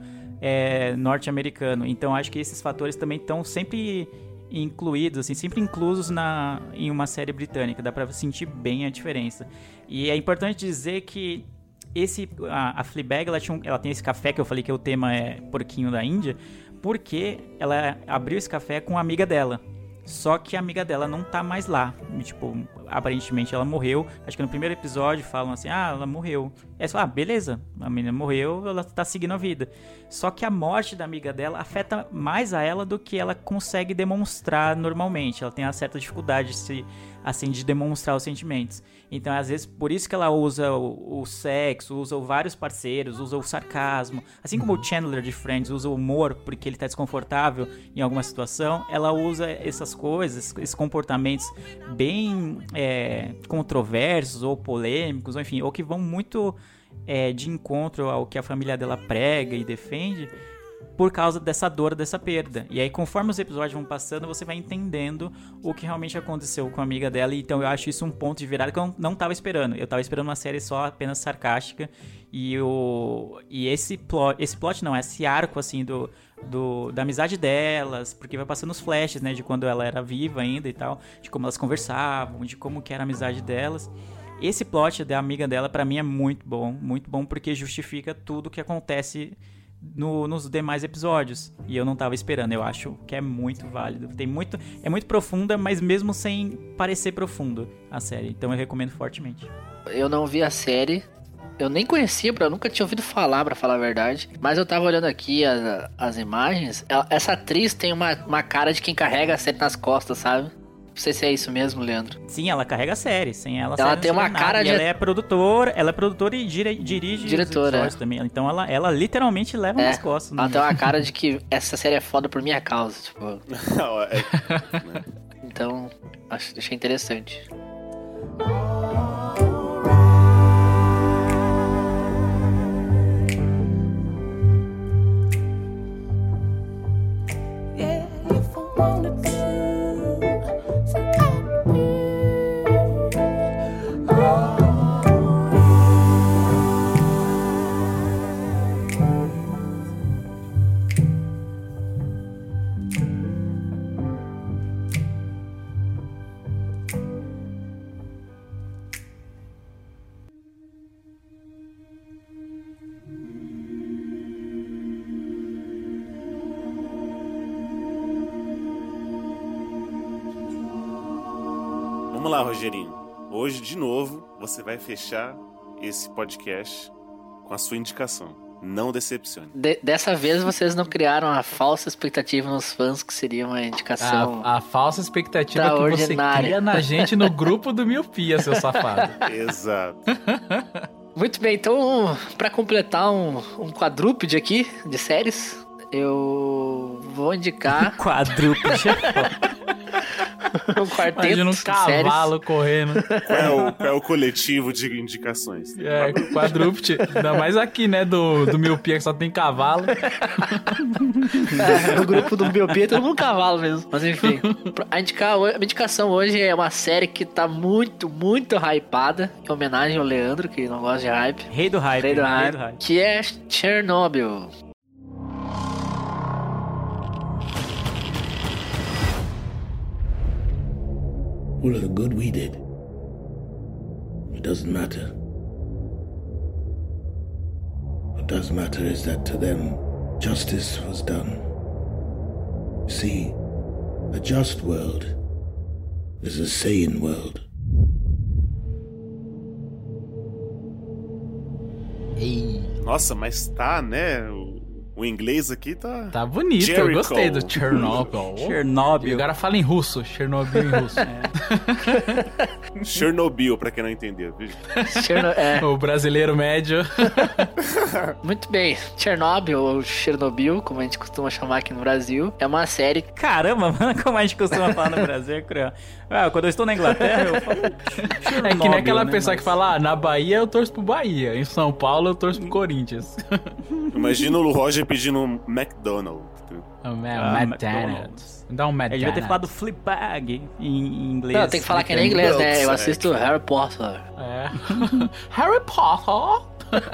é, norte-americano. Então acho que esses fatores também estão sempre incluídos, assim, sempre inclusos na, em uma série britânica. Dá pra sentir bem a diferença. E é importante dizer que esse, a, a Fleabag, ela, tinha um, ela tem esse café que eu falei que o tema é porquinho da Índia, porque ela abriu esse café com uma amiga dela. Só que a amiga dela não tá mais lá. Tipo, aparentemente ela morreu. Acho que no primeiro episódio falam assim, ah, ela morreu. É só, ah, beleza, a menina morreu, ela tá seguindo a vida. Só que a morte da amiga dela afeta mais a ela do que ela consegue demonstrar normalmente. Ela tem uma certa dificuldade de se, assim, de demonstrar os sentimentos. Então, às vezes, por isso que ela usa o, o sexo, usa vários parceiros, usa o sarcasmo. Assim como o Chandler de Friends usa o humor porque ele tá desconfortável em alguma situação, ela usa essas coisas, esses comportamentos bem é, controversos ou polêmicos, ou enfim, ou que vão muito é, de encontro ao que a família dela prega e defende, por causa dessa dor, dessa perda. E aí, conforme os episódios vão passando, você vai entendendo o que realmente aconteceu com a amiga dela. Então eu acho isso um ponto de virada que eu não tava esperando. Eu tava esperando uma série só apenas sarcástica. E, o, e esse plot, esse plot não, esse arco assim do, do, da amizade delas, porque vai passando os flashes, né, de quando ela era viva ainda e tal, de como elas conversavam, de como que era a amizade delas. Esse plot da amiga dela, pra mim, é muito bom, muito bom, porque justifica tudo que acontece No, nos demais episódios. E eu não tava esperando. Eu acho que é muito válido. Tem muito, é muito profunda, mas mesmo sem parecer profundo a série. Então eu recomendo fortemente. Eu não vi a série. Eu nem conhecia, eu nunca tinha ouvido falar, pra falar a verdade. Mas eu tava olhando aqui as, as imagens. Ela, essa atriz tem uma, uma cara de quem carrega a série nas costas, sabe? Não sei se é isso mesmo, Leandro. Sim, ela carrega a série. Sem ela, a ela série tem uma cara nada. de... E ela é produtora, ela é produtora e dire, dirige diretora, os episódios também. Então ela, ela literalmente leva é, nas costas. Ela tem uma cara de que essa série é foda por minha causa, tipo. Então, acho, achei interessante. Vamos lá, Rogerinho. Hoje, de novo, você vai fechar esse podcast com a sua indicação. Não decepcione. De- dessa vez, vocês não criaram a falsa expectativa nos fãs que seria uma indicação... A, a falsa expectativa que você cria na gente no grupo do Miopia, seu safado. Exato. Muito bem, então, pra completar um, um quadrúpede aqui de séries, eu vou indicar... Quadrúpede. Um quarteto. Imagina um cavalo séries. correndo. Qual é, o, qual é o coletivo de indicações? É, quadrúpede. Ainda mais aqui, né, do, do Miopia, que só tem cavalo. É, no grupo do Miopia tem todo mundo cavalo mesmo. Mas enfim, a, indicar, a minha indicação hoje é uma série que tá muito, muito hypada, em homenagem ao Leandro, que não gosta de hype. Rei do hype. Rei do hype. Rei do hype. Que é Chernobyl. All of the good we did, it doesn't matter. What does matter is that to them, justice was done. See, a just world is a sane world. Ei. Nossa, mas tá, né? O, o inglês aqui tá... Tá bonito, Jericho. eu gostei do Chernobyl. Chernobyl. O cara fala em russo, Chernobyl em russo. É. Chernobyl, pra quem não entendeu, viu? Cherno... É. O brasileiro médio. Muito bem, Chernobyl, ou Chernobyl, como a gente costuma chamar aqui no Brasil, é uma série... Caramba, mano, como a gente costuma falar no Brasil, é cruel. Ah, quando eu estou na Inglaterra, eu falo Chernobyl, É que nem aquela né, pessoa mas... que fala, ah, na Bahia eu torço pro Bahia, em São Paulo eu torço pro Corinthians. Imagina o Roger pedindo um McDonald's. Caraca. Oh, man, Ah, McDonald's. Dá um McDonald's. Ele devia ter falado Fleabag em, em inglês. Não, tem que falar que nem inglês, né? Eu assisto Harry Potter. É. Harry Potter.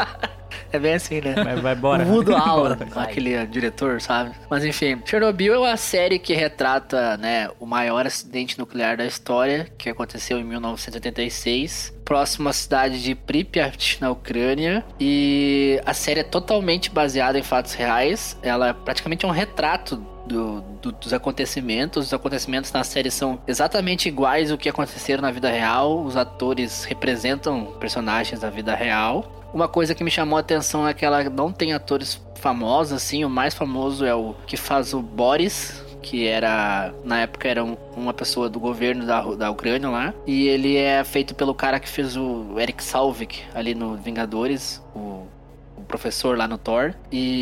É bem assim, né? Vai, vai embora. Woody Allen, aquele diretor, sabe? Mas enfim, Chernobyl é uma série que retrata, né, o maior acidente nuclear da história, que aconteceu em mil novecentos e oitenta e seis, próximo à cidade de Pripyat, na Ucrânia. E a série é totalmente baseada em fatos reais. Ela praticamente é um retrato Do, do, dos acontecimentos. Os acontecimentos na série são exatamente iguais ao que aconteceram na vida real. Os atores representam personagens da vida real. Uma coisa que me chamou a atenção é que ela não tem atores famosos, assim. O mais famoso é o que faz o Boris, que era, na época, era um, uma pessoa do governo da, da Ucrânia lá. E ele é feito pelo cara que fez o Eric Salvik ali no Vingadores, o professor lá no Thor.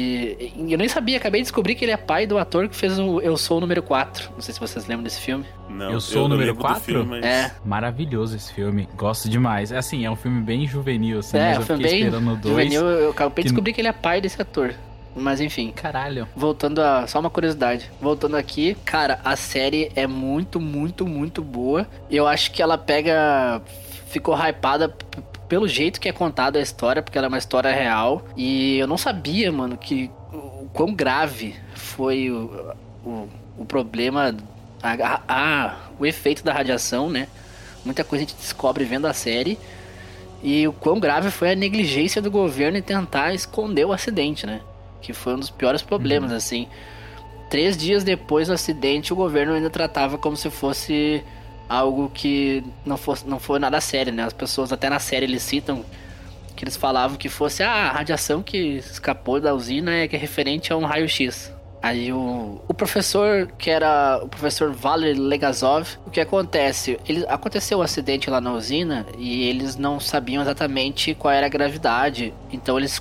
E, e eu nem sabia, acabei de descobrir que ele é pai do ator que fez o Eu Sou o Número quatro. Não sei se vocês lembram desse filme. Não, Eu Sou o Número quatro? Filme, mas... É. Maravilhoso esse filme. Gosto demais. É assim, é um filme bem juvenil, assim, É, mas eu foi fiquei bem esperando o dois. juvenil. Eu acabei que... de descobrir que ele é pai desse ator. Mas enfim. Caralho. Voltando a... Só uma curiosidade. Voltando aqui. Cara, a série é muito, muito, muito boa. Eu acho que ela pega... Ficou hypada... pelo jeito que é contada a história, porque ela é uma história real. E eu não sabia, mano, que o quão grave foi o, o, o problema, a, a, a, o efeito da radiação, né? Muita coisa a gente descobre vendo a série. E o quão grave foi a negligência do governo em tentar esconder o acidente, né? Que foi um dos piores problemas, uhum. assim. Três dias depois do acidente, o governo ainda tratava como se fosse... algo que não, fosse, não foi nada sério, né? As pessoas até na série eles citam que eles falavam que fosse ah, a radiação que escapou da usina é que é referente a um raio-x. Aí o, o professor, que era o professor Valery Legazov, o que acontece? Ele, aconteceu um acidente lá na usina e eles não sabiam exatamente qual era a gravidade. Então eles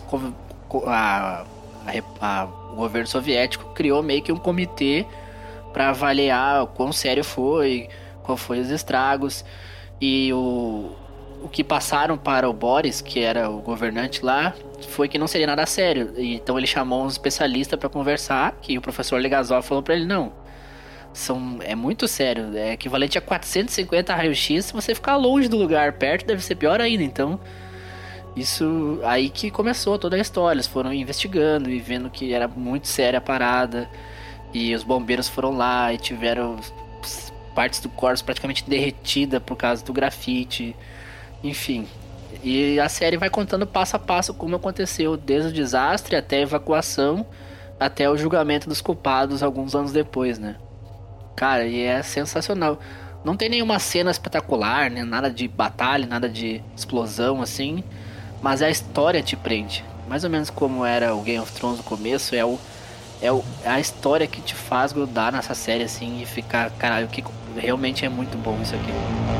a, a, a, o governo soviético criou meio que um comitê para avaliar o quão sério foi, qual foi os estragos, e o, o que passaram para o Boris, que era o governante lá, foi que não seria nada sério. E, então ele chamou um especialista para conversar, que o professor Legazov falou para ele, não, são, é muito sério, é equivalente a quatrocentos e cinquenta raio-x, se você ficar longe do lugar, perto deve ser pior ainda. Então isso aí que começou toda a história. Eles foram investigando e vendo que era muito séria a parada, e os bombeiros foram lá e tiveram partes do corpo praticamente derretida por causa do grafite, enfim. E a série vai contando passo a passo como aconteceu, desde o desastre até a evacuação, até o julgamento dos culpados alguns anos depois, né? Cara, e é sensacional. Não tem nenhuma cena espetacular, né? Nada de batalha, nada de explosão, assim, mas a história te prende. Mais ou menos como era o Game of Thrones no começo, é o É a história que te faz grudar nessa série, assim, e ficar, caralho, que realmente é muito bom isso aqui.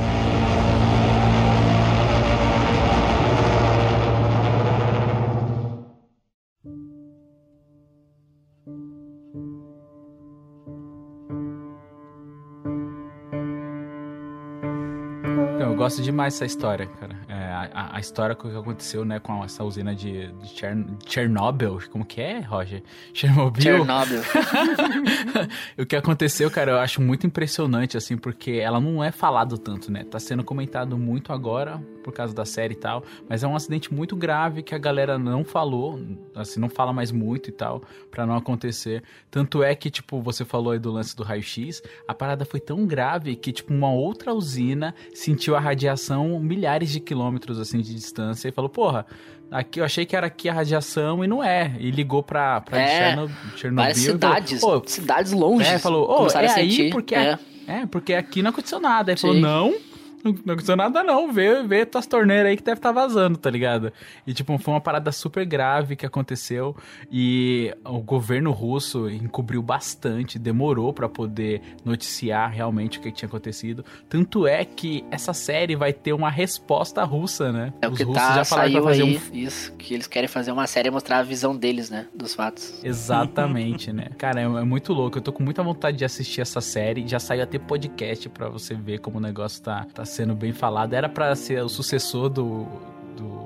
Eu gosto demais dessa história, cara. É, a, a história que aconteceu, né, com essa usina de, de Chern, Chernobyl. Como que é, Roger? Chernobyl? Chernobyl. O que aconteceu, cara, eu acho muito impressionante, assim, porque ela não é falado tanto, né? Tá sendo comentado muito agora, por causa da série e tal, mas é um acidente muito grave que a galera não falou, assim, não fala mais muito e tal, pra não acontecer. Tanto é que, tipo, você falou aí do lance do raio-x, a parada foi tão grave que, tipo, uma outra usina sentiu a radiação milhares de quilômetros, assim, de distância e falou, porra, aqui eu achei que era aqui a radiação e não é. E ligou pra, pra é, Chernobyl. Várias cidades, falou, cidades longe. É, falou, ô, oh, é aí porque, é. É, porque aqui não aconteceu nada. Aí Sim. falou, não... Não aconteceu nada não, vê, vê tuas torneiras aí que deve estar tá vazando, tá ligado? E tipo, foi uma parada super grave que aconteceu e o governo russo encobriu bastante, demorou pra poder noticiar realmente o que tinha acontecido. Tanto é que essa série vai ter uma resposta russa, né? É o Os que russos tá, já falaram saiu pra fazer aí, um... isso, que eles querem fazer uma série e mostrar a visão deles, né, dos fatos. Exatamente, né? Cara, é, é muito louco, eu tô com muita vontade de assistir essa série, já saiu até podcast pra você ver como o negócio tá, tá sendo bem falado. Era pra ser o sucessor do, do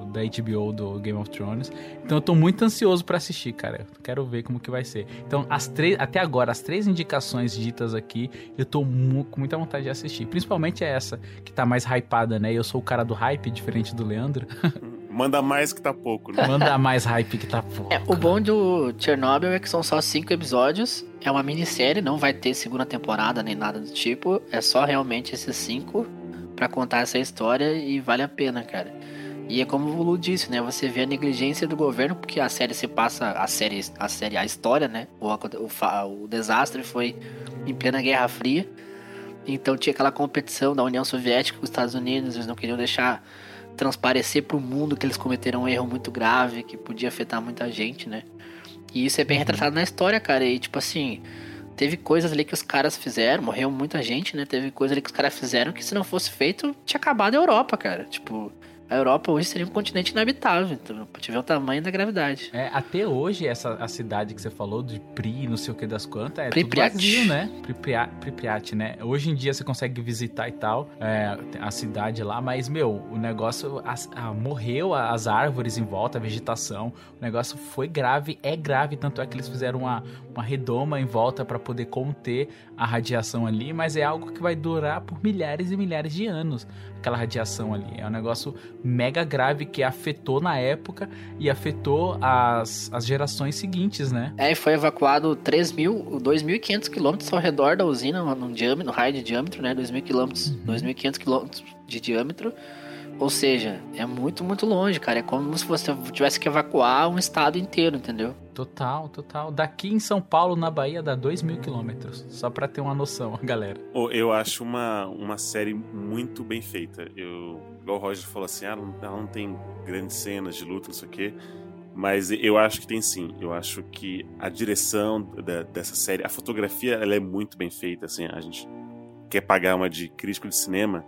da H B O do Game of Thrones. Então eu tô muito ansioso pra assistir, cara. Eu quero ver como que vai ser. Então, as três, até agora, as três indicações ditas aqui, eu tô mu- com muita vontade de assistir. Principalmente essa, que tá mais hypada, né? Eu sou o cara do hype, diferente do Leandro. Manda mais que tá pouco, né? Manda mais hype que tá pouco. É, o bom do Chernobyl é que são só cinco episódios. É uma minissérie, não vai ter segunda temporada nem nada do tipo. É só realmente esses cinco pra contar essa história e vale a pena, cara. E é como o Lu disse, né? Você vê a negligência do governo, porque a série se passa... A série, a, série, a história, né? O, o, o desastre foi em plena Guerra Fria. Então tinha aquela competição da União Soviética com os Estados Unidos. Eles não queriam deixar transparecer pro mundo que eles cometeram um erro muito grave, que podia afetar muita gente, né? E isso é bem retratado na história, cara. E tipo assim... Teve coisas ali que os caras fizeram, morreu muita gente, né? Teve coisas ali que os caras fizeram que se não fosse feito, tinha acabado a Europa, cara. Tipo, a Europa hoje seria um continente inabitável, então, pra te ver o tamanho da gravidade. É, até hoje, essa a cidade que você falou, de Pri, não sei o que das quantas, é Pripyat. tudo vazio, né? Pripyat, Pripyat, né? Hoje em dia você consegue visitar e tal, é, a cidade lá, mas, meu, o negócio as, a, morreu as árvores em volta, a vegetação, o negócio foi grave, é grave, tanto é que eles fizeram uma, uma redoma em volta para poder conter a radiação ali, mas é algo que vai durar por milhares e milhares de anos, aquela radiação ali. É um negócio mega grave que afetou na época e afetou as, as gerações seguintes, né? É, e foi evacuado três mil, dois mil e quinhentos quilômetros ao redor da usina, no, diâmetro, no raio de diâmetro, né? dois mil quilômetros, uhum. dois mil e quinhentos quilômetros de diâmetro. Ou seja, é muito, muito longe, cara. É como se você tivesse que evacuar um estado inteiro, entendeu? Total, total. Daqui em São Paulo, na Bahia, dá dois mil quilômetros. Só pra ter uma noção, galera. Eu acho uma, uma série muito bem feita. Eu, igual o Roger falou assim, ah, não, ela não tem grandes cenas de luta, não sei o quê. Mas eu acho que tem sim. Eu acho que a direção da, dessa série, a fotografia, ela é muito bem feita. Assim, a gente quer pagar uma de crítico de cinema,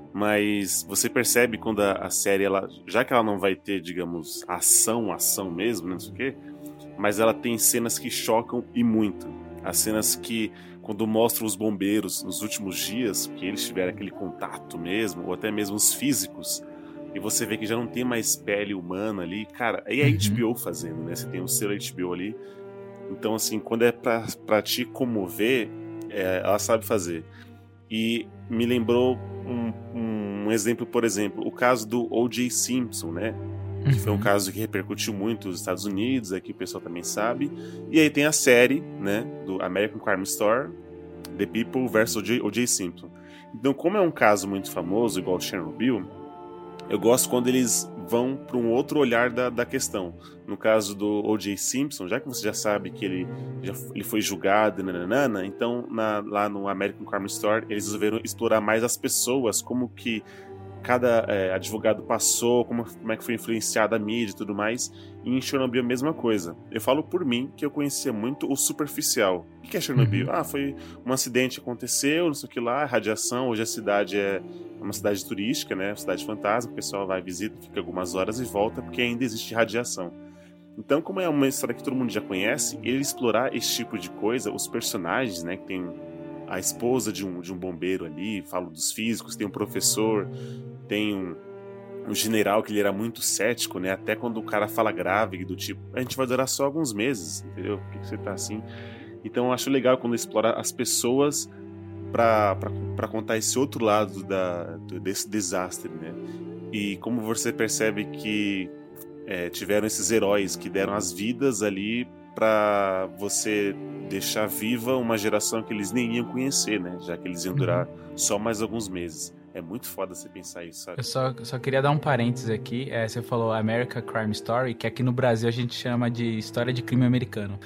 mas você percebe quando a, a série, ela, já que ela não vai ter, digamos, ação, ação mesmo, não sei o quê, mas ela tem cenas que chocam e muito. As cenas que, quando mostram os bombeiros nos últimos dias, que eles tiveram aquele contato mesmo, ou até mesmo os físicos, e você vê que já não tem mais pele humana ali, cara, aí é a H B O fazendo, né? Você tem um selo H B O ali. Então, assim, quando é pra, pra te comover, é, ela sabe fazer. E me lembrou um, um exemplo, por exemplo, o caso do O J Simpson, né? Que foi um caso que repercutiu muito nos Estados Unidos, aqui o pessoal também sabe. E aí tem a série, né, do American Crime Story, The People versus O J Simpson. Então, como é um caso muito famoso, igual Chernobyl, eu gosto quando eles vão para um outro olhar da, da questão. No caso do O J Simpson, já que você já sabe que ele, já, ele foi julgado, nananana, então na, lá no American Crime Story eles resolveram explorar mais as pessoas, como que cada é, advogado passou, como, como é que foi influenciada a mídia e tudo mais. E em Chernobyl a mesma coisa. Eu falo por mim que eu conhecia muito o superficial. O que é Chernobyl? Uhum. Ah, foi um acidente que aconteceu, não sei o que lá, radiação. Hoje a cidade é uma cidade turística, né? Uma cidade fantasma, o pessoal vai, visita, fica algumas horas e volta, porque ainda existe radiação. Então, como é uma história que todo mundo já conhece, ele explorar esse tipo de coisa, os personagens, né, que tem a esposa de um, de um bombeiro ali, falo dos físicos, tem um professor, tem um, um general que ele era muito cético, né? Até quando o cara fala grave, do tipo, a gente vai durar só alguns meses, entendeu? Por que, que você tá assim? Então eu acho legal quando explora as pessoas pra, pra, pra contar esse outro lado da, desse desastre, né? E como você percebe que é, tiveram esses heróis que deram as vidas ali pra você deixar viva uma geração que eles nem iam conhecer, né? Já que eles iam durar só mais alguns meses. É muito foda você pensar isso, sabe? Eu só, só queria dar um parênteses aqui. É, você falou American Crime Story, que aqui no Brasil a gente chama de história de crime americano.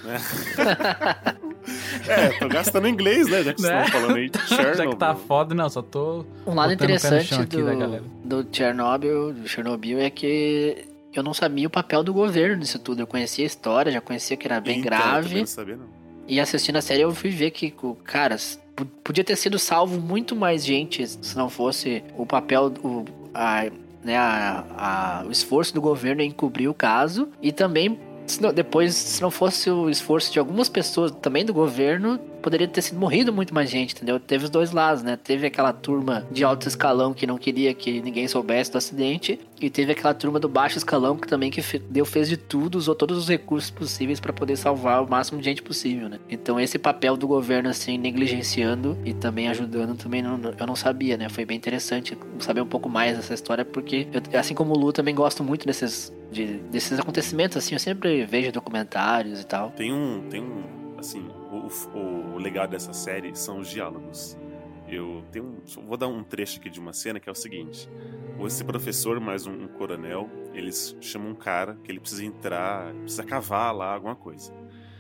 É, é tô gastando inglês, né? Já que vocês né? estão falando aí de Chernobyl. Já que tá foda, não, só tô... Um lado interessante do, do Chernobyl, do Chernobyl é que eu não sabia o papel do governo nisso tudo. Eu conhecia a história, já conhecia que era bem então, grave. Eu não sabia, não. E assistindo a série eu fui ver que, caras, podia ter sido salvo muito mais gente se não fosse o papel, o, a, né, a, a, o esforço do governo em cobrir o caso. E também, se não, depois, se não fosse o esforço de algumas pessoas também do governo poderia ter sido morrido muito mais gente, entendeu? Teve os dois lados, né? Teve aquela turma de alto escalão que não queria que ninguém soubesse do acidente, e teve aquela turma do baixo escalão que também que deu, fez de tudo, usou todos os recursos possíveis para poder salvar o máximo de gente possível, né? Então esse papel do governo, assim, negligenciando e também ajudando, também não, eu não sabia, né? Foi bem interessante saber um pouco mais dessa história, porque eu, assim como o Lu, também gosto muito desses, de, desses acontecimentos, assim, eu sempre vejo documentários e tal. Tem um, tem um, assim, o, o, o legal dessa série são os diálogos. Eu tenho um, vou dar um trecho aqui de uma cena que é o seguinte: esse professor mais um, um coronel, eles chamam um cara que ele precisa entrar, precisa cavar lá alguma coisa.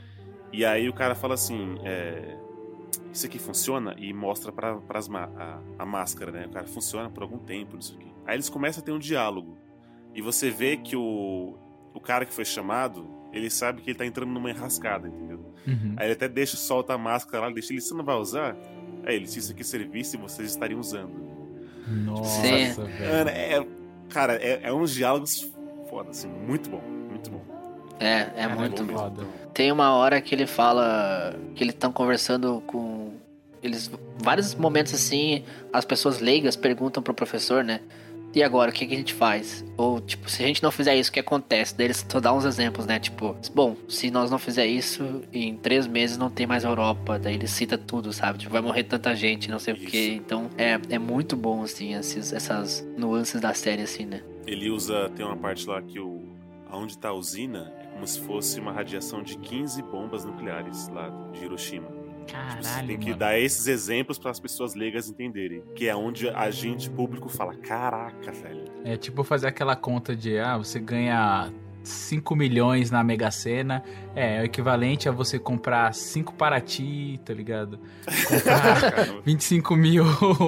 E aí o cara fala assim, é, isso aqui funciona? E mostra pra, pras, a, a máscara, né? O cara funciona por algum tempo, isso aqui. Aí eles começam a ter um diálogo. E você vê que o, o cara que foi chamado, ele sabe que ele tá entrando numa enrascada, entendeu? Uhum. Aí ele até deixa, solta a máscara lá, deixa ele, você não vai usar? Aí ele, se isso aqui servisse, vocês estariam usando. Nossa, velho. É, cara, é, é uns diálogos foda, assim, muito bom, muito bom. É, é, é muito foda. Tem uma hora que ele fala que eles estão conversando com... Eles, vários momentos assim, as pessoas leigas perguntam pro professor, né? E agora, o que, que a gente faz? Ou, tipo, se a gente não fizer isso, o que acontece? Daí eles só dão uns exemplos, né? Tipo, bom, se nós não fizer isso, em três meses não tem mais Europa. Daí ele cita tudo, sabe? Tipo, vai morrer tanta gente, não sei o quê. Então, é, é muito bom, assim, esses, essas nuances da série, assim, né? Ele usa... Tem uma parte lá que o... Onde tá a usina é como se fosse uma radiação de quinze bombas nucleares lá de Hiroshima. Caralho, você tem que mano. dar esses exemplos para as pessoas leigas entenderem, que é onde a gente público fala, caraca, velho. É tipo fazer aquela conta de, ah, você ganha cinco milhões na Mega Sena, é, é o equivalente a você comprar cinco Paraty, tá ligado? Comprar vinte e cinco mil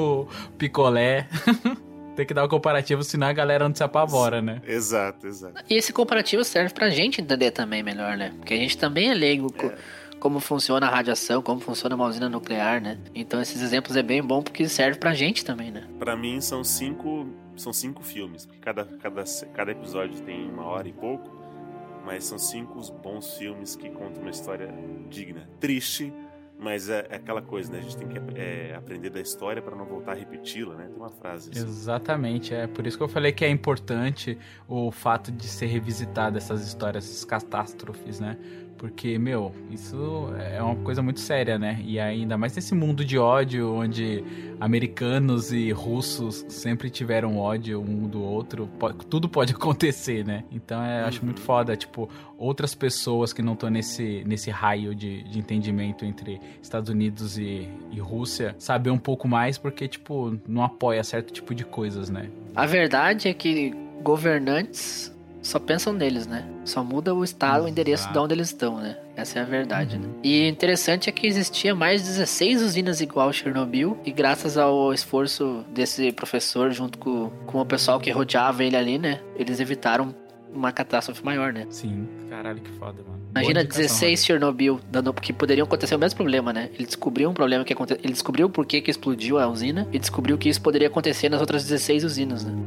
picolé. Tem que dar o um comparativo, senão a galera não se apavora, né? Exato, exato. E esse comparativo serve pra gente entender também melhor, né? Porque a gente também é leigo... É. Como funciona a radiação, como funciona uma usina nuclear, né? Então esses exemplos é bem bom porque serve pra gente também, né? Pra mim são cinco, são cinco filmes, porque cada, cada, cada episódio tem uma hora e pouco, mas são cinco bons filmes que contam uma história digna. Triste, mas é, é aquela coisa, né? A gente tem que é, aprender da história pra não voltar a repeti-la, né? Tem uma frase assim. Exatamente, é por isso que eu falei que é importante o fato de ser revisitada essas histórias, essas catástrofes, né? Porque, meu, isso é uma coisa muito séria, né? E ainda mais nesse mundo de ódio, onde americanos e russos sempre tiveram ódio um do outro, tudo pode acontecer, né? Então, é, eu acho muito foda, tipo, outras pessoas que não estão nesse, nesse raio de, de entendimento entre Estados Unidos e, e Rússia, saber um pouco mais, porque, tipo, não apoia certo tipo de coisas, né? A verdade é que governantes... só pensam neles, né? Só muda o estado, o endereço de onde eles estão, né? Essa é a verdade, uhum. né? E interessante é que existia mais de dezesseis usinas igual a Chernobyl, e graças ao esforço desse professor junto com, com o pessoal que rodeava ele ali, né? Eles evitaram uma catástrofe maior, né? Sim, caralho, que foda, mano. Imagina dezesseis Chernobyl, dando, que poderiam acontecer o mesmo problema, né? Ele descobriu um problema que aconteceu, ele descobriu por que que explodiu a usina, e descobriu que isso poderia acontecer nas outras dezesseis usinas, né?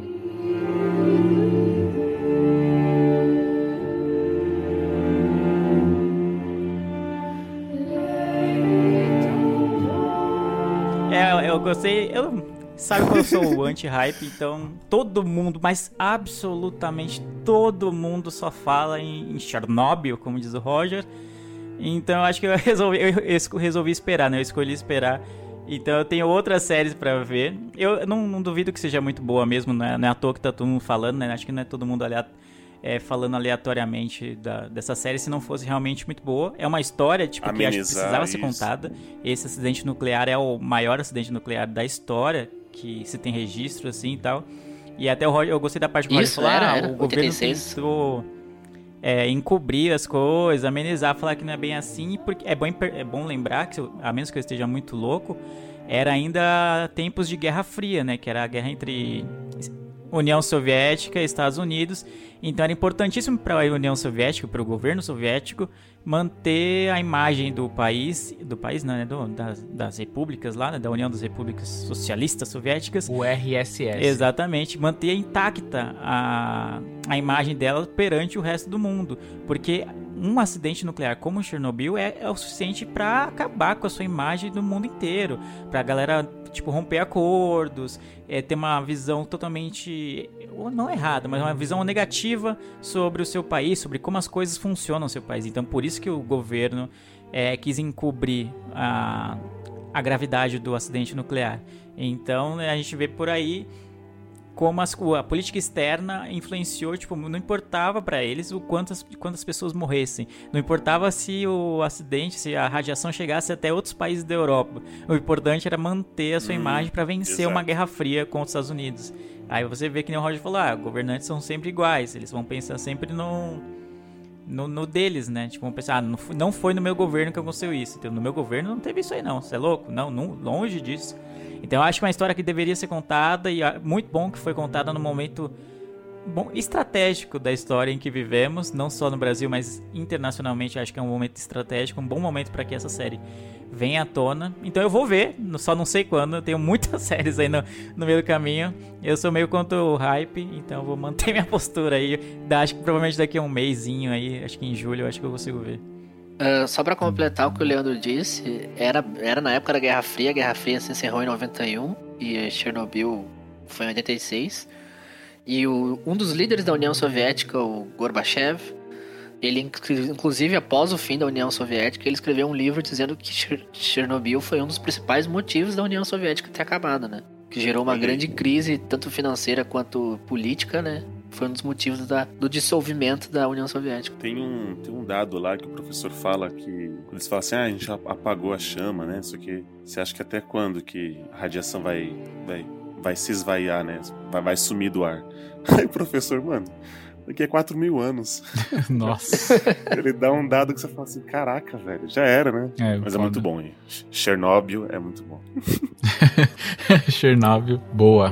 É, eu gostei, eu sabe que eu sou o anti-hype, então todo mundo, mas absolutamente todo mundo só fala em, em Chernobyl, como diz o Roger. Então eu acho que eu resolvi, eu, eu resolvi esperar, né? Eu escolhi esperar. Então eu tenho outras séries pra ver. Eu não, não duvido que seja muito boa mesmo, não é, não é à toa que tá todo mundo falando, né? Acho que não é todo mundo aliado. É, falando aleatoriamente da, dessa série, se não fosse realmente muito boa. É uma história, tipo, amenizar que acho que precisava isso. ser contada. Esse acidente nuclear é o maior acidente nuclear da história, que se tem registro, assim, e tal. E até o Roger, eu gostei da parte que o Roger falou, era, ah, era, o governo tentou é, encobrir as coisas, amenizar, falar que não é bem assim, porque é bom, é bom lembrar que, a menos que eu esteja muito louco, era ainda tempos de Guerra Fria, né, que era a guerra entre União Soviética e Estados Unidos. Então era importantíssimo para a União Soviética, para o governo soviético, manter a imagem do país, do país não, né, do, das, das repúblicas lá, né, da União das Repúblicas Socialistas Soviéticas. O R S S. Exatamente, manter intacta a, a imagem dela perante o resto do mundo. Porque um acidente nuclear como Chernobyl é, é o suficiente para acabar com a sua imagem do mundo inteiro, pra galera, tipo, romper acordos, é, ter uma visão totalmente, ou não errada, mas uma visão negativa sobre o seu país, sobre como as coisas funcionam no seu país. Então, por isso que o governo é, quis encobrir a, a gravidade do acidente nuclear. Então, a gente vê por aí como as, a política externa influenciou, tipo, não importava para eles o quantas, quantas pessoas morressem, não importava se o acidente, se a radiação chegasse até outros países da Europa, o importante era manter a sua hum, imagem para vencer exato. uma guerra fria contra os Estados Unidos. Aí você vê que nem o Roger falou, ah, governantes são sempre iguais, eles vão pensar sempre no, no, no deles, né, tipo, vão pensar, ah, não, não foi no meu governo que aconteceu isso, então no meu governo não teve isso aí não, você é louco? Não, não, longe disso. Então eu acho que é uma história que deveria ser contada e é muito bom que foi contada no momento bom, estratégico da história em que vivemos, não só no Brasil, mas internacionalmente. Acho que é um momento estratégico, um bom momento para que essa série venha à tona. Então eu vou ver, só não sei quando, eu tenho muitas séries aí no, no meio do caminho. Eu sou meio contra o hype, então eu vou manter minha postura aí. Acho que provavelmente daqui a um mêsinho aí, acho que em julho, eu acho que eu consigo ver. Uh, só pra completar o que o Leandro disse, era, era na época da Guerra Fria. A Guerra Fria se encerrou em noventa e um e Chernobyl foi em oitenta e seis. E o, um dos líderes da União Soviética, o Gorbachev, ele inclusive após o fim da União Soviética, ele escreveu um livro dizendo que Chernobyl foi um dos principais motivos da União Soviética ter acabado, né? Que gerou uma grande crise, tanto financeira quanto política, né? Foi um dos motivos da, do dissolvimento da União Soviética. Tem um, tem um dado lá que o professor fala que... Quando eles falam assim, ah, a gente apagou a chama, né? Só que você acha que até quando que a radiação vai, vai, vai se esvaiar, né? Vai, vai sumir do ar. Aí o professor, mano, daqui a quatro mil anos. Nossa. Ele dá um dado que você fala assim, caraca, velho, já era, né? É, Mas foda. É muito bom, hein? Chernobyl é muito bom. Chernobyl, boa.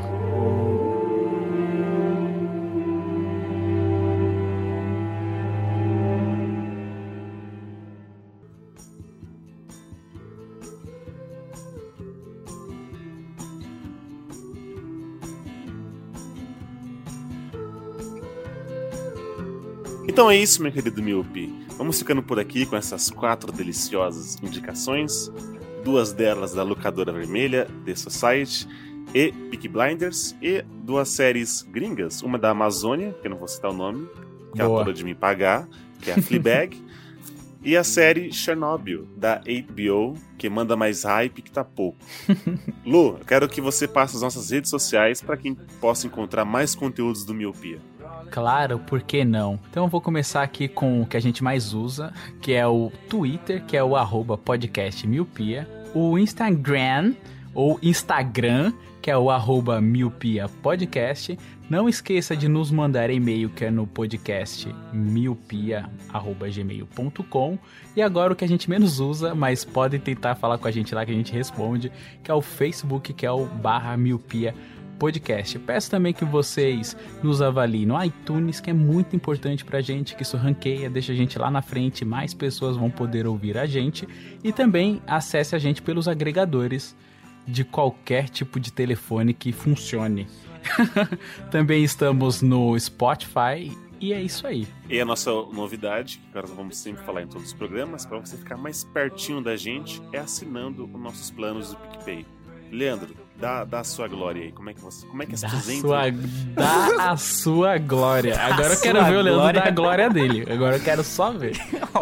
Então é isso, meu querido Miopi. Vamos ficando por aqui com essas quatro deliciosas indicações. Duas delas da locadora vermelha, The Society e Peaky Blinders. E duas séries gringas. Uma da Amazônia, que eu não vou citar o nome, que Boa. é a toda de me pagar, que é a Fleabag. E a série Chernobyl, da H B O, que manda mais hype que tá pouco. Lu, eu quero que você passe as nossas redes sociais para quem possa encontrar mais conteúdos do Miopia. Claro, por que não? Então eu vou começar aqui com o que a gente mais usa, que é o Twitter, que é o arroba podcast miopia, o Instagram, ou Instagram, que é o arroba miopia podcast. Não esqueça de nos mandar e-mail, que é no podcast miopia arroba gmail ponto com. E agora o que a gente menos usa, mas pode tentar falar com a gente lá que a gente responde, que é o Facebook, que é o barra miopia podcast. Peço também que vocês nos avaliem no iTunes, que é muito importante pra gente, que isso ranqueia, deixa a gente lá na frente, mais pessoas vão poder ouvir a gente. E também acesse a gente pelos agregadores de qualquer tipo de telefone que funcione. Também estamos no Spotify e é isso aí. E a nossa novidade, que agora vamos sempre falar em todos os programas, para você ficar mais pertinho da gente, é assinando os nossos planos do PicPay. Leandro, dá, dá a sua glória aí. Como é que você, como é que as pessoas entram? Dá a sua glória. Agora a eu quero ver o Leandro glória. dar a glória dele. Agora eu quero só ver.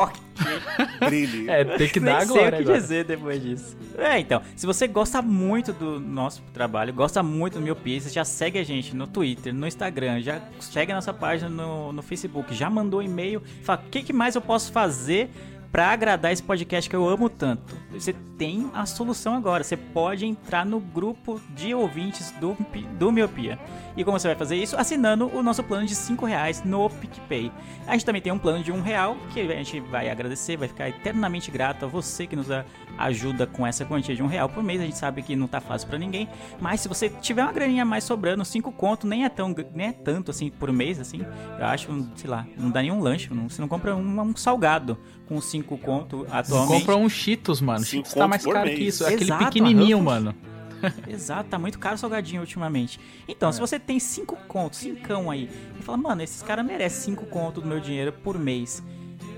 Brilhe. É, tem que Nem dar a sei glória o que agora. dizer depois disso. É, então, se você gosta muito do nosso trabalho, gosta muito do Miopia, você já segue a gente no Twitter, no Instagram, já segue a nossa página no, no Facebook, já mandou e-mail, fala, o que, que mais eu posso fazer pra agradar esse podcast que eu amo tanto? Você tem a solução agora. Você pode entrar no grupo de ouvintes do, do Miopia. E como você vai fazer isso? Assinando o nosso plano de cinco reais no PicPay. A gente também tem um plano de um real, que a gente vai agradecer, vai ficar eternamente grato a você que nos ajuda com essa quantia de um real por mês. A gente sabe que não tá fácil pra ninguém, mas se você tiver uma graninha mais sobrando, cinco conto, nem é, tão, nem é tanto assim por mês, assim, eu acho, sei lá, não dá nenhum lanche, não, você não compra um, um salgado com cinco conto atualmente. Compra um Cheetos, mano. Cheetos tá mais caro mês. que isso. Aquele Exato, pequenininho, mano. Exato, tá muito caro o salgadinho ultimamente. Então, é. se você tem cinco contos, cincão aí, e fala, mano, esses caras merecem cinco contos do meu dinheiro por mês.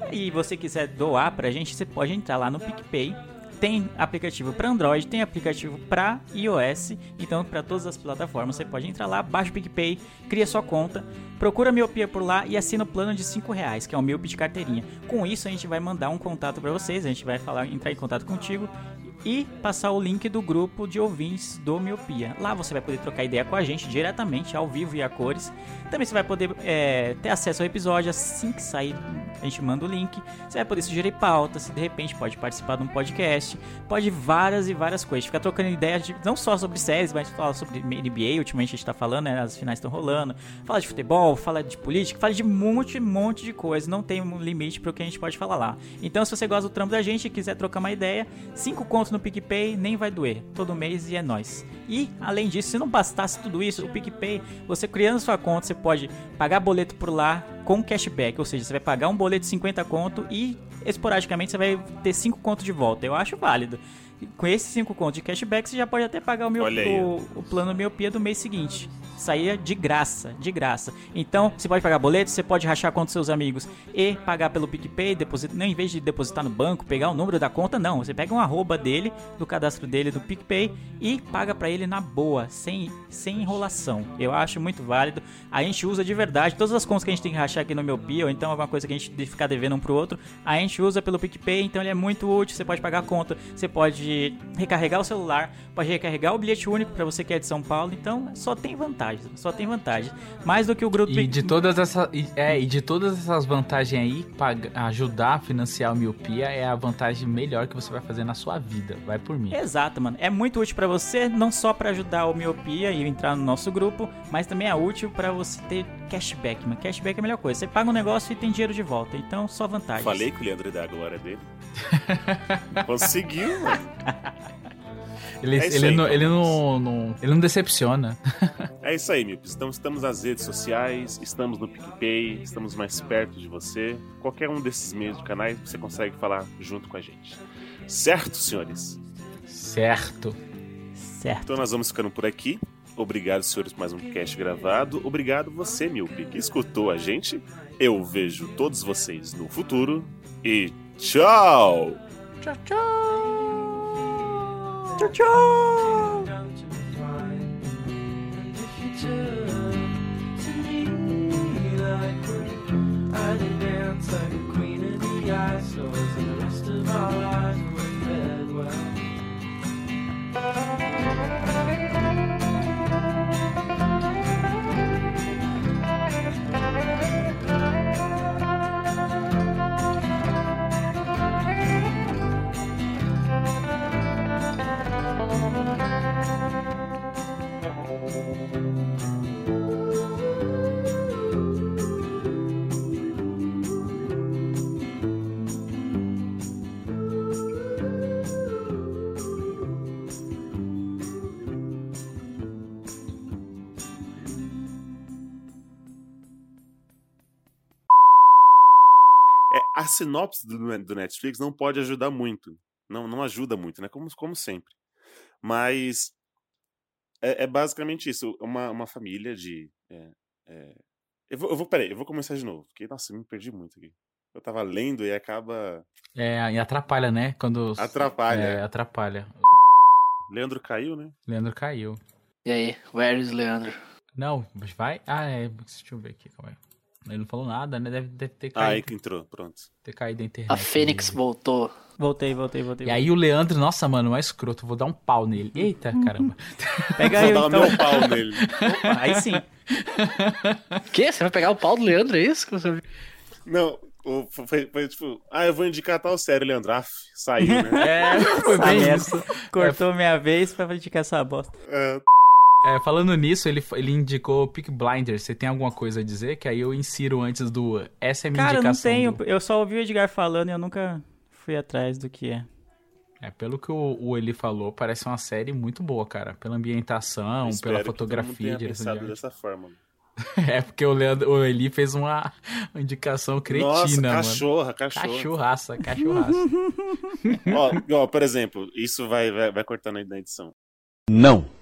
e você quiser doar pra gente, você pode entrar lá no PicPay. Tem aplicativo para Android, tem aplicativo para iOS, então para todas as plataformas você pode entrar lá, baixa o PicPay, cria sua conta, procura a Miopia por lá e assina o plano de cinco reais, que é o Miopia de carteirinha. Com isso a gente vai mandar um contato para vocês, a gente vai falar, entrar em contato contigo e passar o link do grupo de ouvintes do Miopia. Lá você vai poder trocar ideia com a gente diretamente, ao vivo e a cores. Também você vai poder é, ter acesso ao episódio assim que sair, a gente manda o link. Você vai poder sugerir pautas, se de repente pode participar de um podcast, pode várias e várias coisas. Ficar trocando ideias de, não só sobre séries, mas falar sobre N B A, ultimamente a gente tá falando, né, as finais estão rolando. Fala de futebol, fala de política, fala de um monte, monte de coisa. Não tem um limite para o que a gente pode falar lá. Então se você gosta do trampo da gente e quiser trocar uma ideia, cinco contos no PicPay, nem vai doer. Todo mês e é nóis. E, além disso, se não bastasse tudo isso, o PicPay, você criando sua conta, você pode pagar boleto por lá com cashback. Ou seja, você vai pagar um boleto de cinquenta conto e, esporadicamente, você vai ter cinco conto de volta. Eu acho válido. Com esses cinco contos de cashback, você já pode até pagar o, meu, o, o plano Miopia do mês seguinte. Saía de graça, de graça. Então, você pode pagar boleto, você pode rachar com seus amigos e pagar pelo PicPay, deposita, não, em vez de depositar no banco, pegar o número da conta, não. Você pega um arroba dele, do cadastro dele do PicPay e paga pra ele na boa, sem, sem enrolação. Eu acho muito válido. A gente usa de verdade, todas as contas que a gente tem que rachar aqui no Miopia, ou então alguma coisa que a gente ficar devendo um pro outro, a gente usa pelo PicPay, então ele é muito útil. Você pode pagar a conta, você pode recarregar o celular, pode recarregar o bilhete único pra você que é de São Paulo, então só tem vantagem. Só tem vantagem. Mais do que o grupo... E de todas essas, é, e de todas essas vantagens aí, paga, ajudar a financiar o Miopia é a vantagem melhor que você vai fazer na sua vida. Vai por mim. Exato, mano. É muito útil pra você, não só pra ajudar o Miopia e entrar no nosso grupo, mas também é útil pra você ter cashback, mano. Cashback é a melhor coisa. Você paga um negócio e tem dinheiro de volta. Então, só vantagem. Falei que o Leandro ia dar a glória dele. Conseguiu, mano. Ele, é ele, aí, não, então. ele, não, não, ele não decepciona. É isso aí, Miopia. Estamos, estamos nas redes sociais, estamos no PicPay, estamos mais perto de você. Qualquer um desses meios de canais você consegue falar junto com a gente. Certo, senhores? Certo. Certo. Então nós vamos ficando por aqui. Obrigado, senhores, por mais um cast gravado. Obrigado você, Miopia, que escutou a gente. Eu vejo todos vocês no futuro. E tchau! Tchau, tchau! Tchau, tchau! A sinopse do, do Netflix não pode ajudar muito. Não, não ajuda muito, né? Como, como sempre. Mas é, é basicamente isso. Uma, uma família de... É, é... Eu vou, eu vou, peraí, eu vou começar de novo. Porque, nossa, eu me perdi muito aqui. Eu tava lendo e acaba... É, e atrapalha, né? Quando... Atrapalha. É, atrapalha. Leandro caiu, né? Leandro caiu. E aí, where is Leandro? Não, vai... Ah, é... Deixa eu ver aqui, calma aí. Ele não falou nada, né? Deve, deve ter caído. Ah, aí que entrou, pronto. Ter caído a internet. A Fênix né? voltou. Voltei, voltei, voltei. E aí o Leandro, nossa, mano, mais escroto. Vou dar um pau nele. Eita, caramba. Pega aí, vou então. dar meu pau nele. Opa, aí sim. Que? Você vai pegar o pau do Leandro, é isso? Não, foi, foi tipo... Ah, eu vou indicar tal série, Leandro. Aff, saiu, né? É, foi bem isso. Cortou é. minha vez pra indicar essa bosta. É... É, falando nisso, ele, ele indicou Peaky Blinders. Você tem alguma coisa a dizer? Que aí eu insiro antes do... Essa é a minha Cara, indicação. Cara, não tenho. Do... Eu só ouvi o Edgar falando e eu nunca fui atrás do que é. É, pelo que o, o Eli falou, parece uma série muito boa, cara. Pela ambientação, pela fotografia, direção de arte. Dessa forma. É, porque o, Leandro, o Eli fez uma, uma indicação cretina, Nossa, mano. cachorra, cachorra. Cachorraça, cachorraça. ó, ó, por exemplo, isso vai, vai, vai cortando aí na edição. Não.